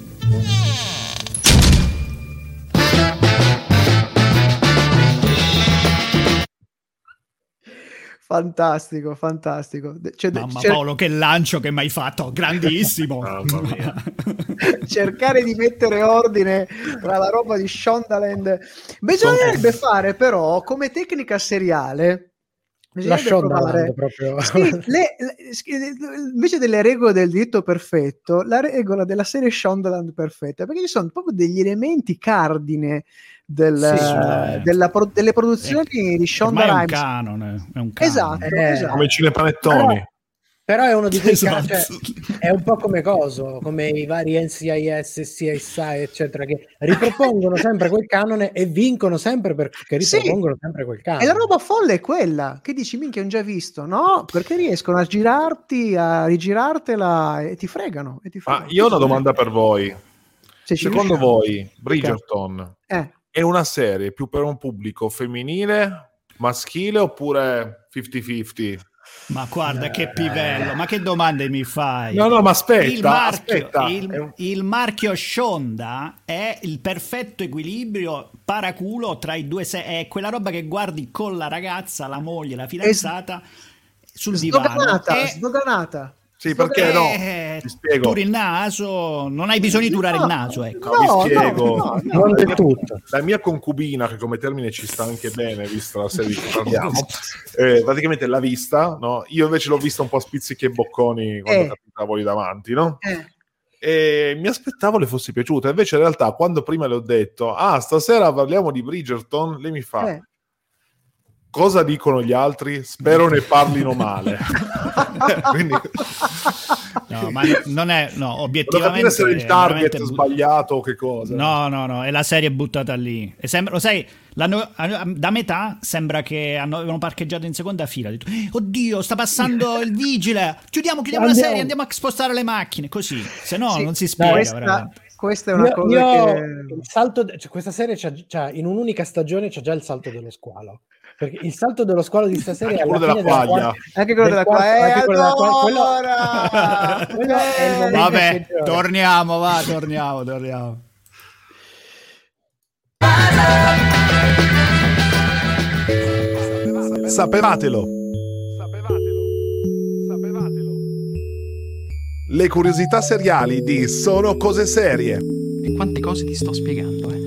Fantastico, fantastico. Cioè, Mamma cer- Paolo, che lancio che mi hai fatto, grandissimo. Mamma mia. cercare di mettere ordine tra la roba di Shondaland. Bisognerebbe fare però come tecnica seriale. La Shondaland proprio. Sì, le, le, invece delle regole del diritto perfetto, la regola della serie Shondaland perfetta, perché ci sono proprio degli elementi cardine del, sì, della pro, delle produzioni eh, di Shonda Rhimes. È un Rhimes. canone, è un canone. Esatto, Eh, esatto. Come cinepanettoni. Però è uno di quei Esatto. casi, cioè, è un po' come coso, come i vari N C I S, C I S I, eccetera, che ripropongono sempre quel canone e vincono sempre perché ripropongono Sì. sempre quel canone. E la roba folle è quella che dici, minchia, ho già visto, no? Perché riescono a girarti, a rigirartela e ti fregano. E ti fregano. Ma io ho una domanda per voi. Se ci Secondo riusciamo. voi, Bridgerton Eh. è una serie più per un pubblico femminile, maschile oppure cinquanta cinquanta? Ma guarda che pivello, ma che domande mi fai? No, no, ma aspetta, il marchio, aspetta. Il, il marchio Shonda è il perfetto equilibrio paraculo tra i due, se- è quella roba che guardi con la ragazza, la moglie, la fidanzata sul divano. Sdoganata, E- sdoganata. Sì, perché no? Eh, Ti spiego. Turi il naso, non hai bisogno di turare No, il naso, ecco. No, No, vi spiego. no, no, Non la, del mia, tutto. la mia concubina, che come termine ci sta anche bene, vista la serie di cui parliamo, eh, praticamente l'ha vista, no? Io invece l'ho vista un po' a spizzichi e bocconi quando Eh. capitavo lì davanti, no? Eh. E mi aspettavo le fosse piaciuta, invece in realtà quando prima le ho detto ah, stasera parliamo di Bridgerton, lei mi fa Eh. cosa dicono gli altri? Spero ne parlino male. Quindi No, ma non è, no, devo obiettivamente capire se era il è target veramente bu- sbagliato o che cosa. No, no, no, è la serie buttata lì. E sembra, lo sai, l'hanno- da metà sembra che hanno, avevano parcheggiato in seconda fila. Ho detto, "Eh, oddio, sta passando il vigile. Chiudiamo, chiudiamo la Andiamo. serie, andiamo a spostare le macchine. Così, se no Sì, non si spiega. questa, veramente. questa è una Io- cosa io- che... il salto de- cioè, questa serie c'ha, c'ha- in un'unica stagione c'è già il salto dello squalo, perché il salto dello squalo di stasera è Anche alla quello fine della della quaglia. quarta- Anche quello del della quarto- qua. Eh, anche quello della qua- quello- allora! quello è il momento Vabbè, peggiore. torniamo, va, torniamo, torniamo. Sapevatelo. Le curiosità seriali di Sono Cose Serie. E quante cose ti sto spiegando, eh?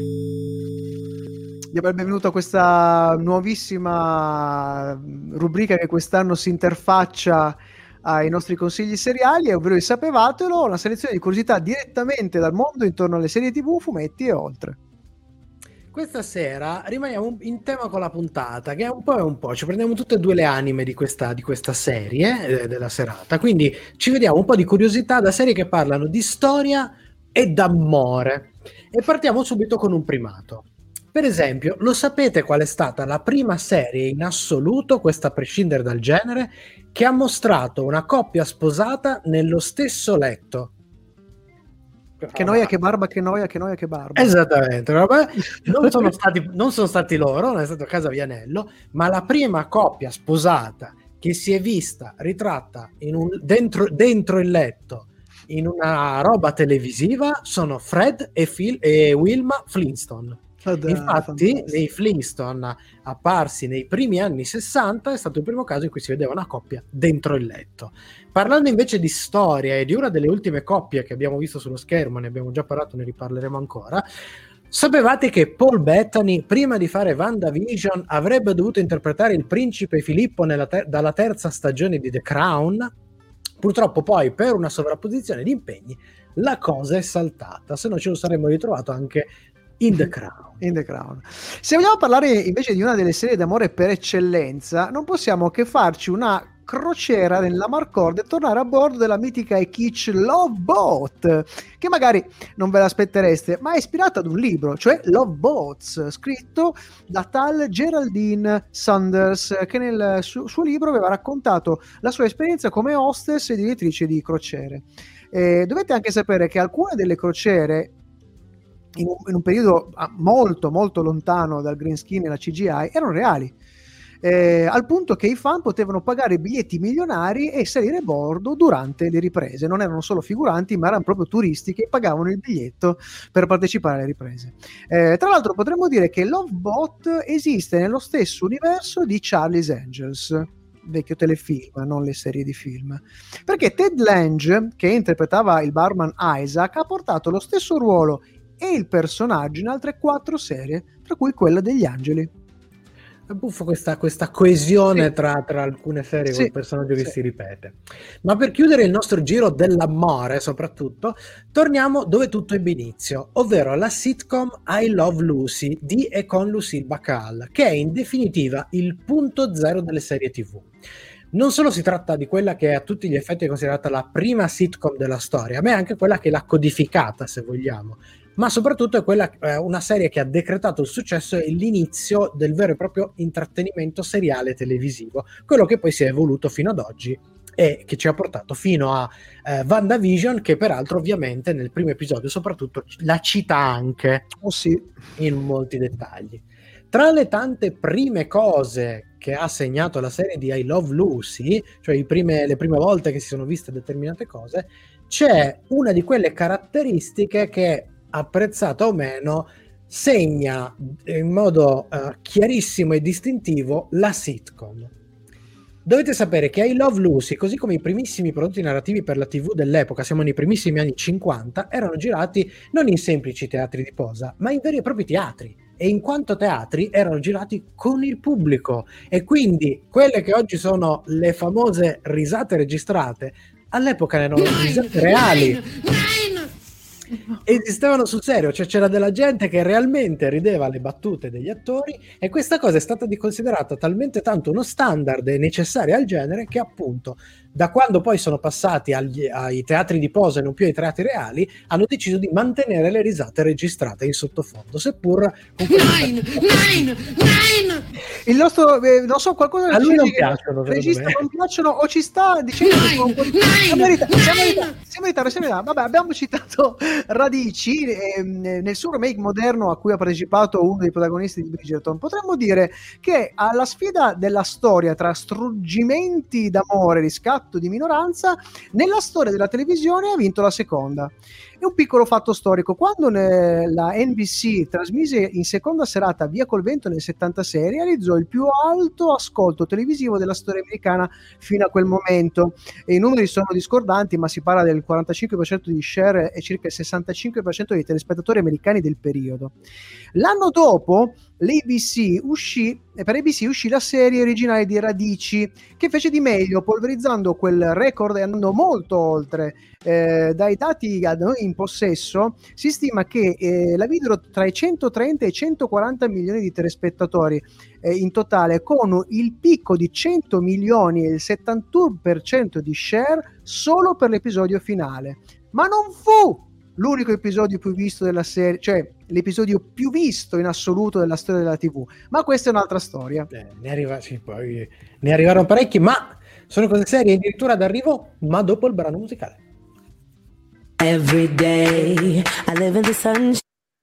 Diamo il benvenuto a questa nuovissima rubrica che quest'anno si interfaccia ai nostri consigli seriali, ovvero il Sapevatelo, una selezione di curiosità direttamente dal mondo intorno alle serie tivù, fumetti e oltre. Questa sera rimaniamo in tema con la puntata, che è un po' e un po', ci prendiamo tutte e due le anime di questa, di questa serie eh, della serata, quindi ci vediamo un po' di curiosità da serie che parlano di storia e d'amore. E partiamo subito con un primato. Per esempio, lo sapete qual è stata la prima serie in assoluto, questa a prescindere dal genere, che ha mostrato una coppia sposata nello stesso letto? Che noia, che barba, che noia, che noia, che barba. Esattamente, vabbè. Non sono stati, non sono stati loro, non è stato Casa Vianello, ma la prima coppia sposata che si è vista ritratta in un, dentro, dentro il letto in una roba televisiva sono Fred e, Phil, e Wilma Flintstone. Vabbè, Infatti, fantastico. nei Flintstone apparsi nei primi anni sessanta è stato il primo caso in cui si vedeva una coppia dentro il letto. Parlando invece di storia e di una delle ultime coppie che abbiamo visto sullo schermo, ne abbiamo già parlato, ne riparleremo ancora. Sapevate che Paul Bettany, prima di fare WandaVision, avrebbe dovuto interpretare il principe Filippo nella ter- dalla terza stagione di The Crown? Purtroppo poi, per una sovrapposizione di impegni, la cosa è saltata, se no ce lo saremmo ritrovato anche in The Crown. In The Crown. Se vogliamo parlare invece di una delle serie d'amore per eccellenza, non possiamo che farci una crociera nella Marcord e tornare a bordo della mitica e kitsch Love Boat, che magari non ve l'aspettereste, ma è ispirata ad un libro, cioè Love Boats, scritto da tal Geraldine Sanders, che nel su- suo libro aveva raccontato la sua esperienza come hostess e direttrice di crociere. Eh, dovete anche sapere che alcune delle crociere in un, in un periodo molto molto lontano dal green screen e la C G I erano reali, eh, al punto che i fan potevano pagare biglietti milionari e salire a bordo durante le riprese. Non erano solo figuranti, ma erano proprio turisti che pagavano il biglietto per partecipare alle riprese. Eh, tra l'altro potremmo dire che Love Boat esiste nello stesso universo di Charlie's Angels. vecchio telefilm, non le serie di film. Perché Ted Lange, che interpretava il barman Isaac, ha portato lo stesso ruolo e il personaggio in altre quattro serie, tra cui quella degli Angeli. È buffo questa, questa coesione sì. tra, tra alcune serie sì. con il personaggio che sì. si ripete. Ma per chiudere il nostro giro dell'amore, soprattutto, torniamo dove tutto ebbe inizio, ovvero alla sitcom I Love Lucy di e con Lucille Bacall, che è in definitiva il punto zero delle serie tivù. Non solo si tratta di quella che è a tutti gli effetti considerata la prima sitcom della storia, ma è anche quella che l'ha codificata, se vogliamo. Ma soprattutto è quella, eh, una serie che ha decretato il successo e l'inizio del vero e proprio intrattenimento seriale televisivo, quello che poi si è evoluto fino ad oggi e che ci ha portato fino a eh, WandaVision, che peraltro ovviamente nel primo episodio soprattutto la cita anche oh sì. in molti dettagli. Tra le tante prime cose che ha segnato la serie di I Love Lucy, cioè i prime, le prime volte che si sono viste determinate cose, c'è una di quelle caratteristiche che, apprezzata o meno, segna in modo uh, chiarissimo e distintivo la sitcom. Dovete sapere che I Love Lucy, così come i primissimi prodotti narrativi per la tivù dell'epoca, siamo nei primissimi anni cinquanta, erano girati non in semplici teatri di posa, ma in veri e propri teatri. E in quanto teatri erano girati con il pubblico, e quindi quelle che oggi sono le famose risate registrate, all'epoca erano risate reali. Esistevano sul serio, cioè c'era della gente che realmente rideva alle battute degli attori, e questa cosa è stata considerata talmente tanto uno standard e necessaria al genere che appunto da quando poi sono passati agli, ai teatri di posa e non più ai teatri reali, hanno deciso di mantenere le risate registrate in sottofondo, seppur con nine, nine, nine! Il nostro, eh, non so, qualcosa a lui non piacciono, regista non piacciono o ci sta dicendo nine, che siamo in ritardo, siamo in ritardo, siamo in ritardo, siamo in ritardo. Vabbè, abbiamo citato Radici eh, nel suo remake moderno a cui ha partecipato uno dei protagonisti di Bridgerton. Potremmo dire che alla sfida della storia tra struggimenti d'amore, riscatto di minoranza, nella storia della televisione ha vinto la seconda. È un piccolo fatto storico: quando ne, la N B C trasmise in seconda serata Via col vento nel settantasei, realizzò il più alto ascolto televisivo della storia americana fino a quel momento, e i numeri sono discordanti, ma si parla del quarantacinque per cento di share e circa il sessantacinque per cento dei telespettatori americani del periodo. L'anno dopo l'A B C uscì, per A B C uscì la serie originale di Radici, che fece di meglio, polverizzando quel record e andando molto oltre. Eh, dai dati a noi in possesso si stima che eh, la videro tra i centotrenta e i centoquaranta milioni di telespettatori eh, in totale, con il picco di cento milioni e il settantuno per cento di share solo per l'episodio finale. Ma non fu l'unico episodio più visto della serie, cioè l'episodio più visto in assoluto della storia della tivù, ma questa è un'altra storia. Eh, ne, arriva, sì, poi, ne arrivarono parecchi, ma sono cose serie, addirittura d'arrivo, ma dopo il brano musicale. Every day I live in the sunshine.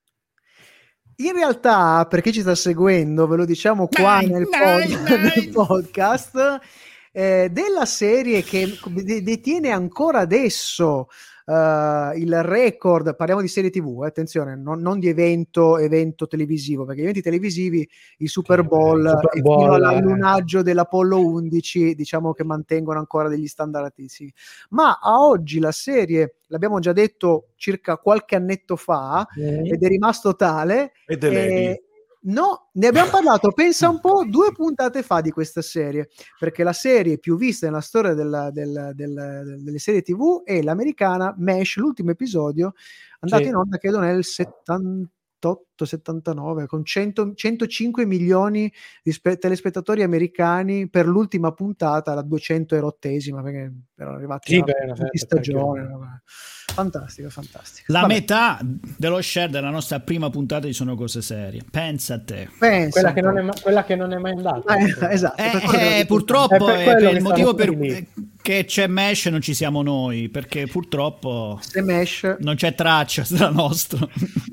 In realtà, per chi ci sta seguendo, ve lo diciamo qua Nine, nel, nine, pod- nine. nel podcast, eh, della serie che de- detiene ancora adesso Uh, il record, parliamo di serie tivù, eh, attenzione, non, non di evento evento televisivo, perché gli eventi televisivi, il Super Bowl, eh, Super e Bowl fino eh. all'allunaggio dell'Apollo undici, diciamo che mantengono ancora degli standard altissimi, ma a oggi la serie, l'abbiamo già detto circa qualche annetto fa, mm. ed è rimasto tale, ed è no, ne abbiamo parlato, pensa un po', due puntate fa di questa serie, perché la serie più vista nella storia della, della, della, delle serie tivù è l'americana MASH, l'ultimo episodio andato sì. in onda credo nel settantotto settantanove, con cento, centocinque milioni di spe- telespettatori americani per l'ultima puntata, la duecentottesima, perché erano arrivati sì, a beh, tutti stagione. Fantastico, fantastico. La Vabbè. metà dello share della nostra prima puntata di Sono Cose Serie. Pensa a te. Pensa quella, che non è, ma- quella che non è mai andata. Eh, esatto. Eh, eh, purtroppo è, è per per il motivo per lì. che c'è MASH e non ci siamo noi, perché purtroppo Se MASH non c'è traccia della nostra.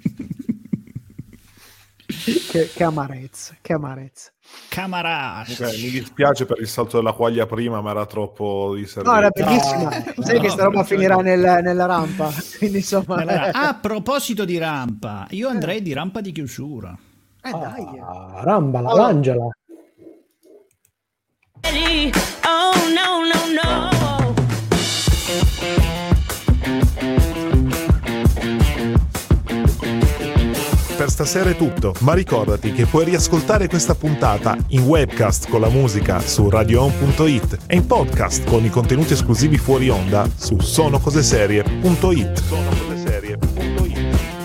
che, che amarezza, che amarezza. Camarage. Okay, mi dispiace per il salto della quaglia prima, ma era troppo di servizio. No, era bellissima. No, Sai no, che sta roba no, finirà no. nel, nella rampa. Quindi insomma. Nella- a proposito di rampa, io andrei di rampa di chiusura. Eh, dai. Ah, rambala, Allora. lanciala. Oh no no no. Per stasera è tutto, ma ricordati che puoi riascoltare questa puntata in webcast con la musica su radio on punto it e in podcast con i contenuti esclusivi fuori onda su sono cose serie punto it. Sono cose serie punto it.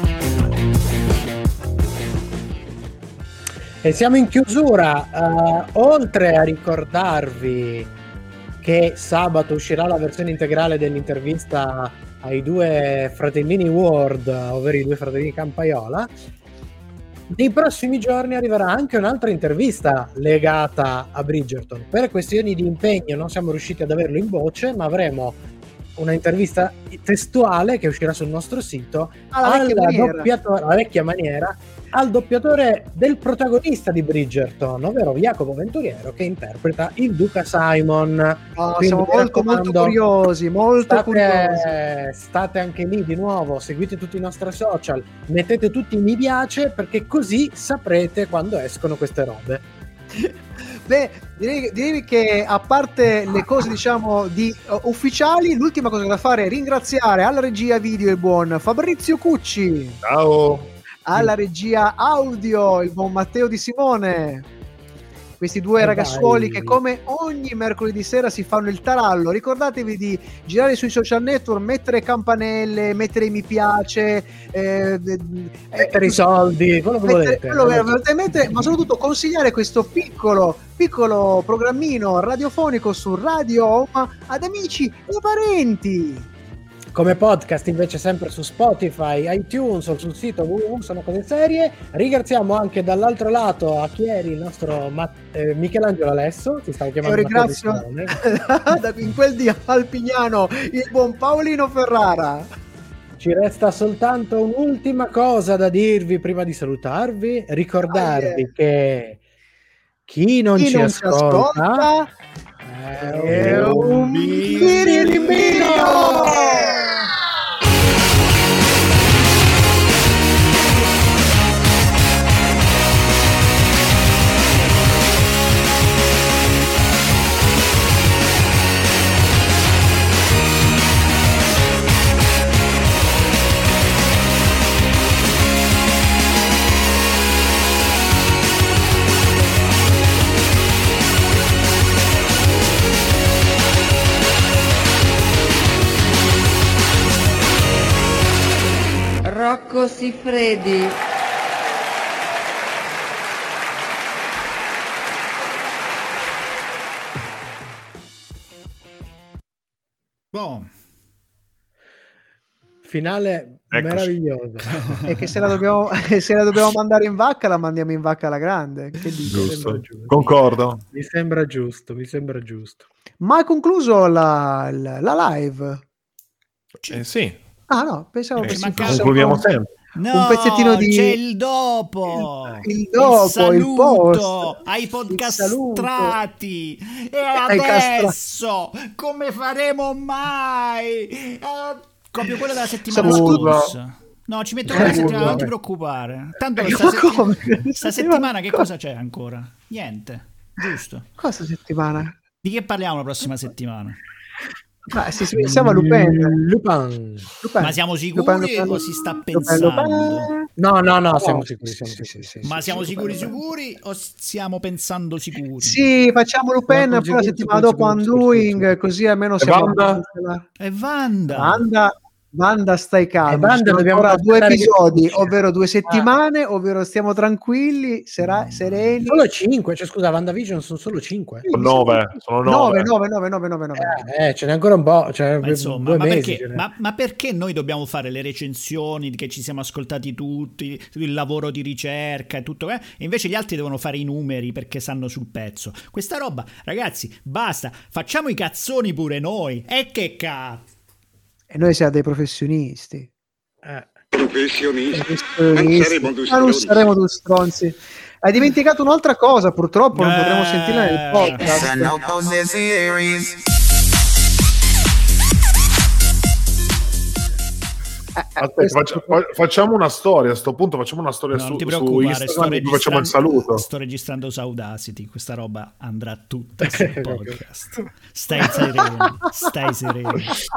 E siamo in chiusura. Uh, oltre a ricordarvi che sabato uscirà la versione integrale dell'intervista ai due fratellini Ward, ovvero i due fratellini Campaiola, nei prossimi giorni arriverà anche un'altra intervista legata a Bridgerton. Per questioni di impegno non siamo riusciti ad averlo in voce, ma avremo una intervista testuale che uscirà sul nostro sito alla vecchia, doppiatore, alla vecchia maniera, al doppiatore del protagonista di Bridgerton, ovvero Jacopo Venturiero, che interpreta il Duca Simon. Oh, siamo molto molto curiosi, molto state, curiosi. State anche lì di nuovo, seguite tutti i nostri social, mettete tutti i mi piace, perché così saprete quando escono queste robe. Beh, direi, direi che a parte le cose diciamo di uh, ufficiali, l'ultima cosa da fare è ringraziare alla regia video il buon Fabrizio Cucci. Ciao. Alla regia audio il buon Matteo Di Simone. Questi due Eh ragazzuoli dai. che come ogni mercoledì sera si fanno il tarallo. Ricordatevi di girare sui social network, mettere campanelle, mettere mi piace, eh, Mettere i soldi, quello che mettere- volete. quello che volete mettere, ma soprattutto consigliare questo piccolo piccolo programmino radiofonico su Radio Home ad amici e parenti. Come podcast invece sempre su Spotify, iTunes o sul sito w w w punto sono cose serie. Ringraziamo anche dall'altro lato a Chieri il nostro Mat- eh, Michelangelo Alesso, ti stavo Io chiamando ringrazio da- in quel di Alpignano il buon Paolino Ferrara. Ci resta soltanto un'ultima cosa da dirvi prima di salutarvi, ricordarvi che chi non Chi ci non ci ascolta, ascolta è un biririmbino! Rocco Siffredi. Boh. finale Eccoci. meraviglioso. E che se la, dobbiamo, se la dobbiamo mandare in vacca, la mandiamo in vacca alla grande. Che dici? Giusto. Concordo. Mi sembra giusto, mi sembra giusto. Ma è concluso la, la, la live? Eh, sì. Ah no, pensavo Eh, che si concludiamo sempre. No, un pezzettino di c'è il dopo, il dopo, il, saluto post, ai podcastrati. E Ai adesso come faremo mai? Eh, copio quello della settimana Saluto. scorsa. No, ci metto quella settimana, non ti preoccupare. Tanto sta, come? sta settimana che cosa c'è ancora? Niente, giusto? Cosa settimana? Di che parliamo la prossima settimana? Ma sì, sì, siamo a Lupin. Lupin. Lupin. Ma siamo sicuri Lupin, Lupin, o si sta Lupin, pensando? Lupin. No, no, no, siamo No, sicuri, siamo sì, sicuri. sì, sì, Ma sì, siamo sì, sicuri Lupin. sicuri o stiamo pensando sicuri? Sì, facciamo Lupin, Siamo poi la sicuri, settimana sicuri, dopo sicuri, Undoing, sicuri. così almeno E siamo Wanda? E Wanda? Wanda, Wanda stai calmo, E Wanda ci sono dobbiamo ancora due aspettare che episodi, finisce. ovvero due settimane, ovvero stiamo tranquilli, sera- sereni. Solo cinque, cioè scusa, WandaVision sono solo cinque. Sì, Sono nove, sono nove, nove. nove, nove, nove, nove, nove. Eh, ce n'è ancora un po', cioè Ma insomma, due ma mesi. perché, ce n'è. ma, ma perché noi dobbiamo fare le recensioni che ci siamo ascoltati tutti, il lavoro di ricerca e tutto, eh? E invece gli altri devono fare i numeri perché sanno sul pezzo. Questa roba, ragazzi, basta, facciamo i cazzoni pure noi. E che cazzo? E noi siamo dei professionisti. Eh. Professionisti. Professionisti. saremo due Ma non stronzi. saremo due stronzi. Hai dimenticato un'altra cosa, purtroppo non Eh. potremo sentirla nel podcast. Sono cose series. Eh, Aspetta, faccia, facciamo una storia a sto punto, facciamo una storia no, su, non ti su preoccupare, sto Instagram, facciamo il saluto. Sto registrando su Audacity, questa roba andrà tutta sul podcast. Stai sereno, stai sereno.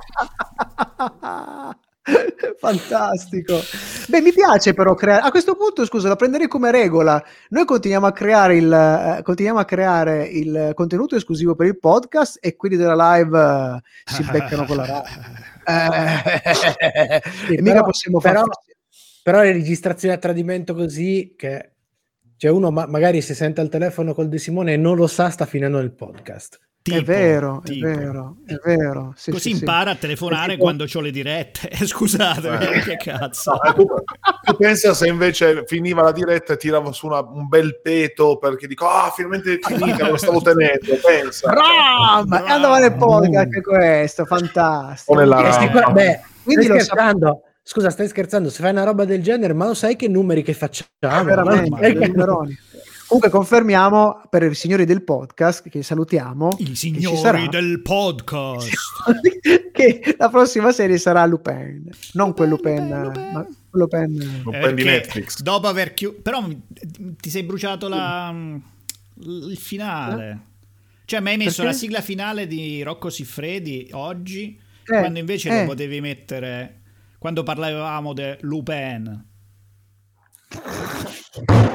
Fantastico. Beh, mi piace però creare. A questo punto, scusa, la prenderei come regola. Noi continuiamo a creare il eh, continuiamo a creare il contenuto esclusivo per il podcast e quelli della live eh, si beccano con la live. Eh, sì, e mica però, possiamo però, fare. Però le registrazioni a tradimento così che cioè uno ma- magari si sente al telefono col De Simone e non lo sa, sta finendo il podcast. Tipo, è vero, tipo. è vero, è vero. Sì, Così sì, impara sì. a telefonare tipo... quando ho le dirette. Scusate, eh. che cazzo. No, tu, tu pensa se invece finiva la diretta e tiravo su una, un bel peto perché dico, ah, finalmente è finita, me lo stavo tenendo, pensa. Ram! E andava nel podcast anche questo, fantastico. O nella sicura... Beh, quindi stai lo scherzando. Sap- Scusa, stai scherzando? Se fai una roba del genere, ma lo sai che numeri che facciamo? Veramente, che... Comunque confermiamo per i signori del podcast che salutiamo i signori che sarà... del podcast che la prossima serie sarà Lupin, non quel Lupin, Lupin, ma Lupin, Lupin di Netflix. Dopo aver chiuso, però ti sei bruciato la il finale, eh? Cioè mi hai messo Perché? la sigla finale di Rocco Siffredi oggi, eh, quando invece eh. lo potevi mettere quando parlavamo di Lupin.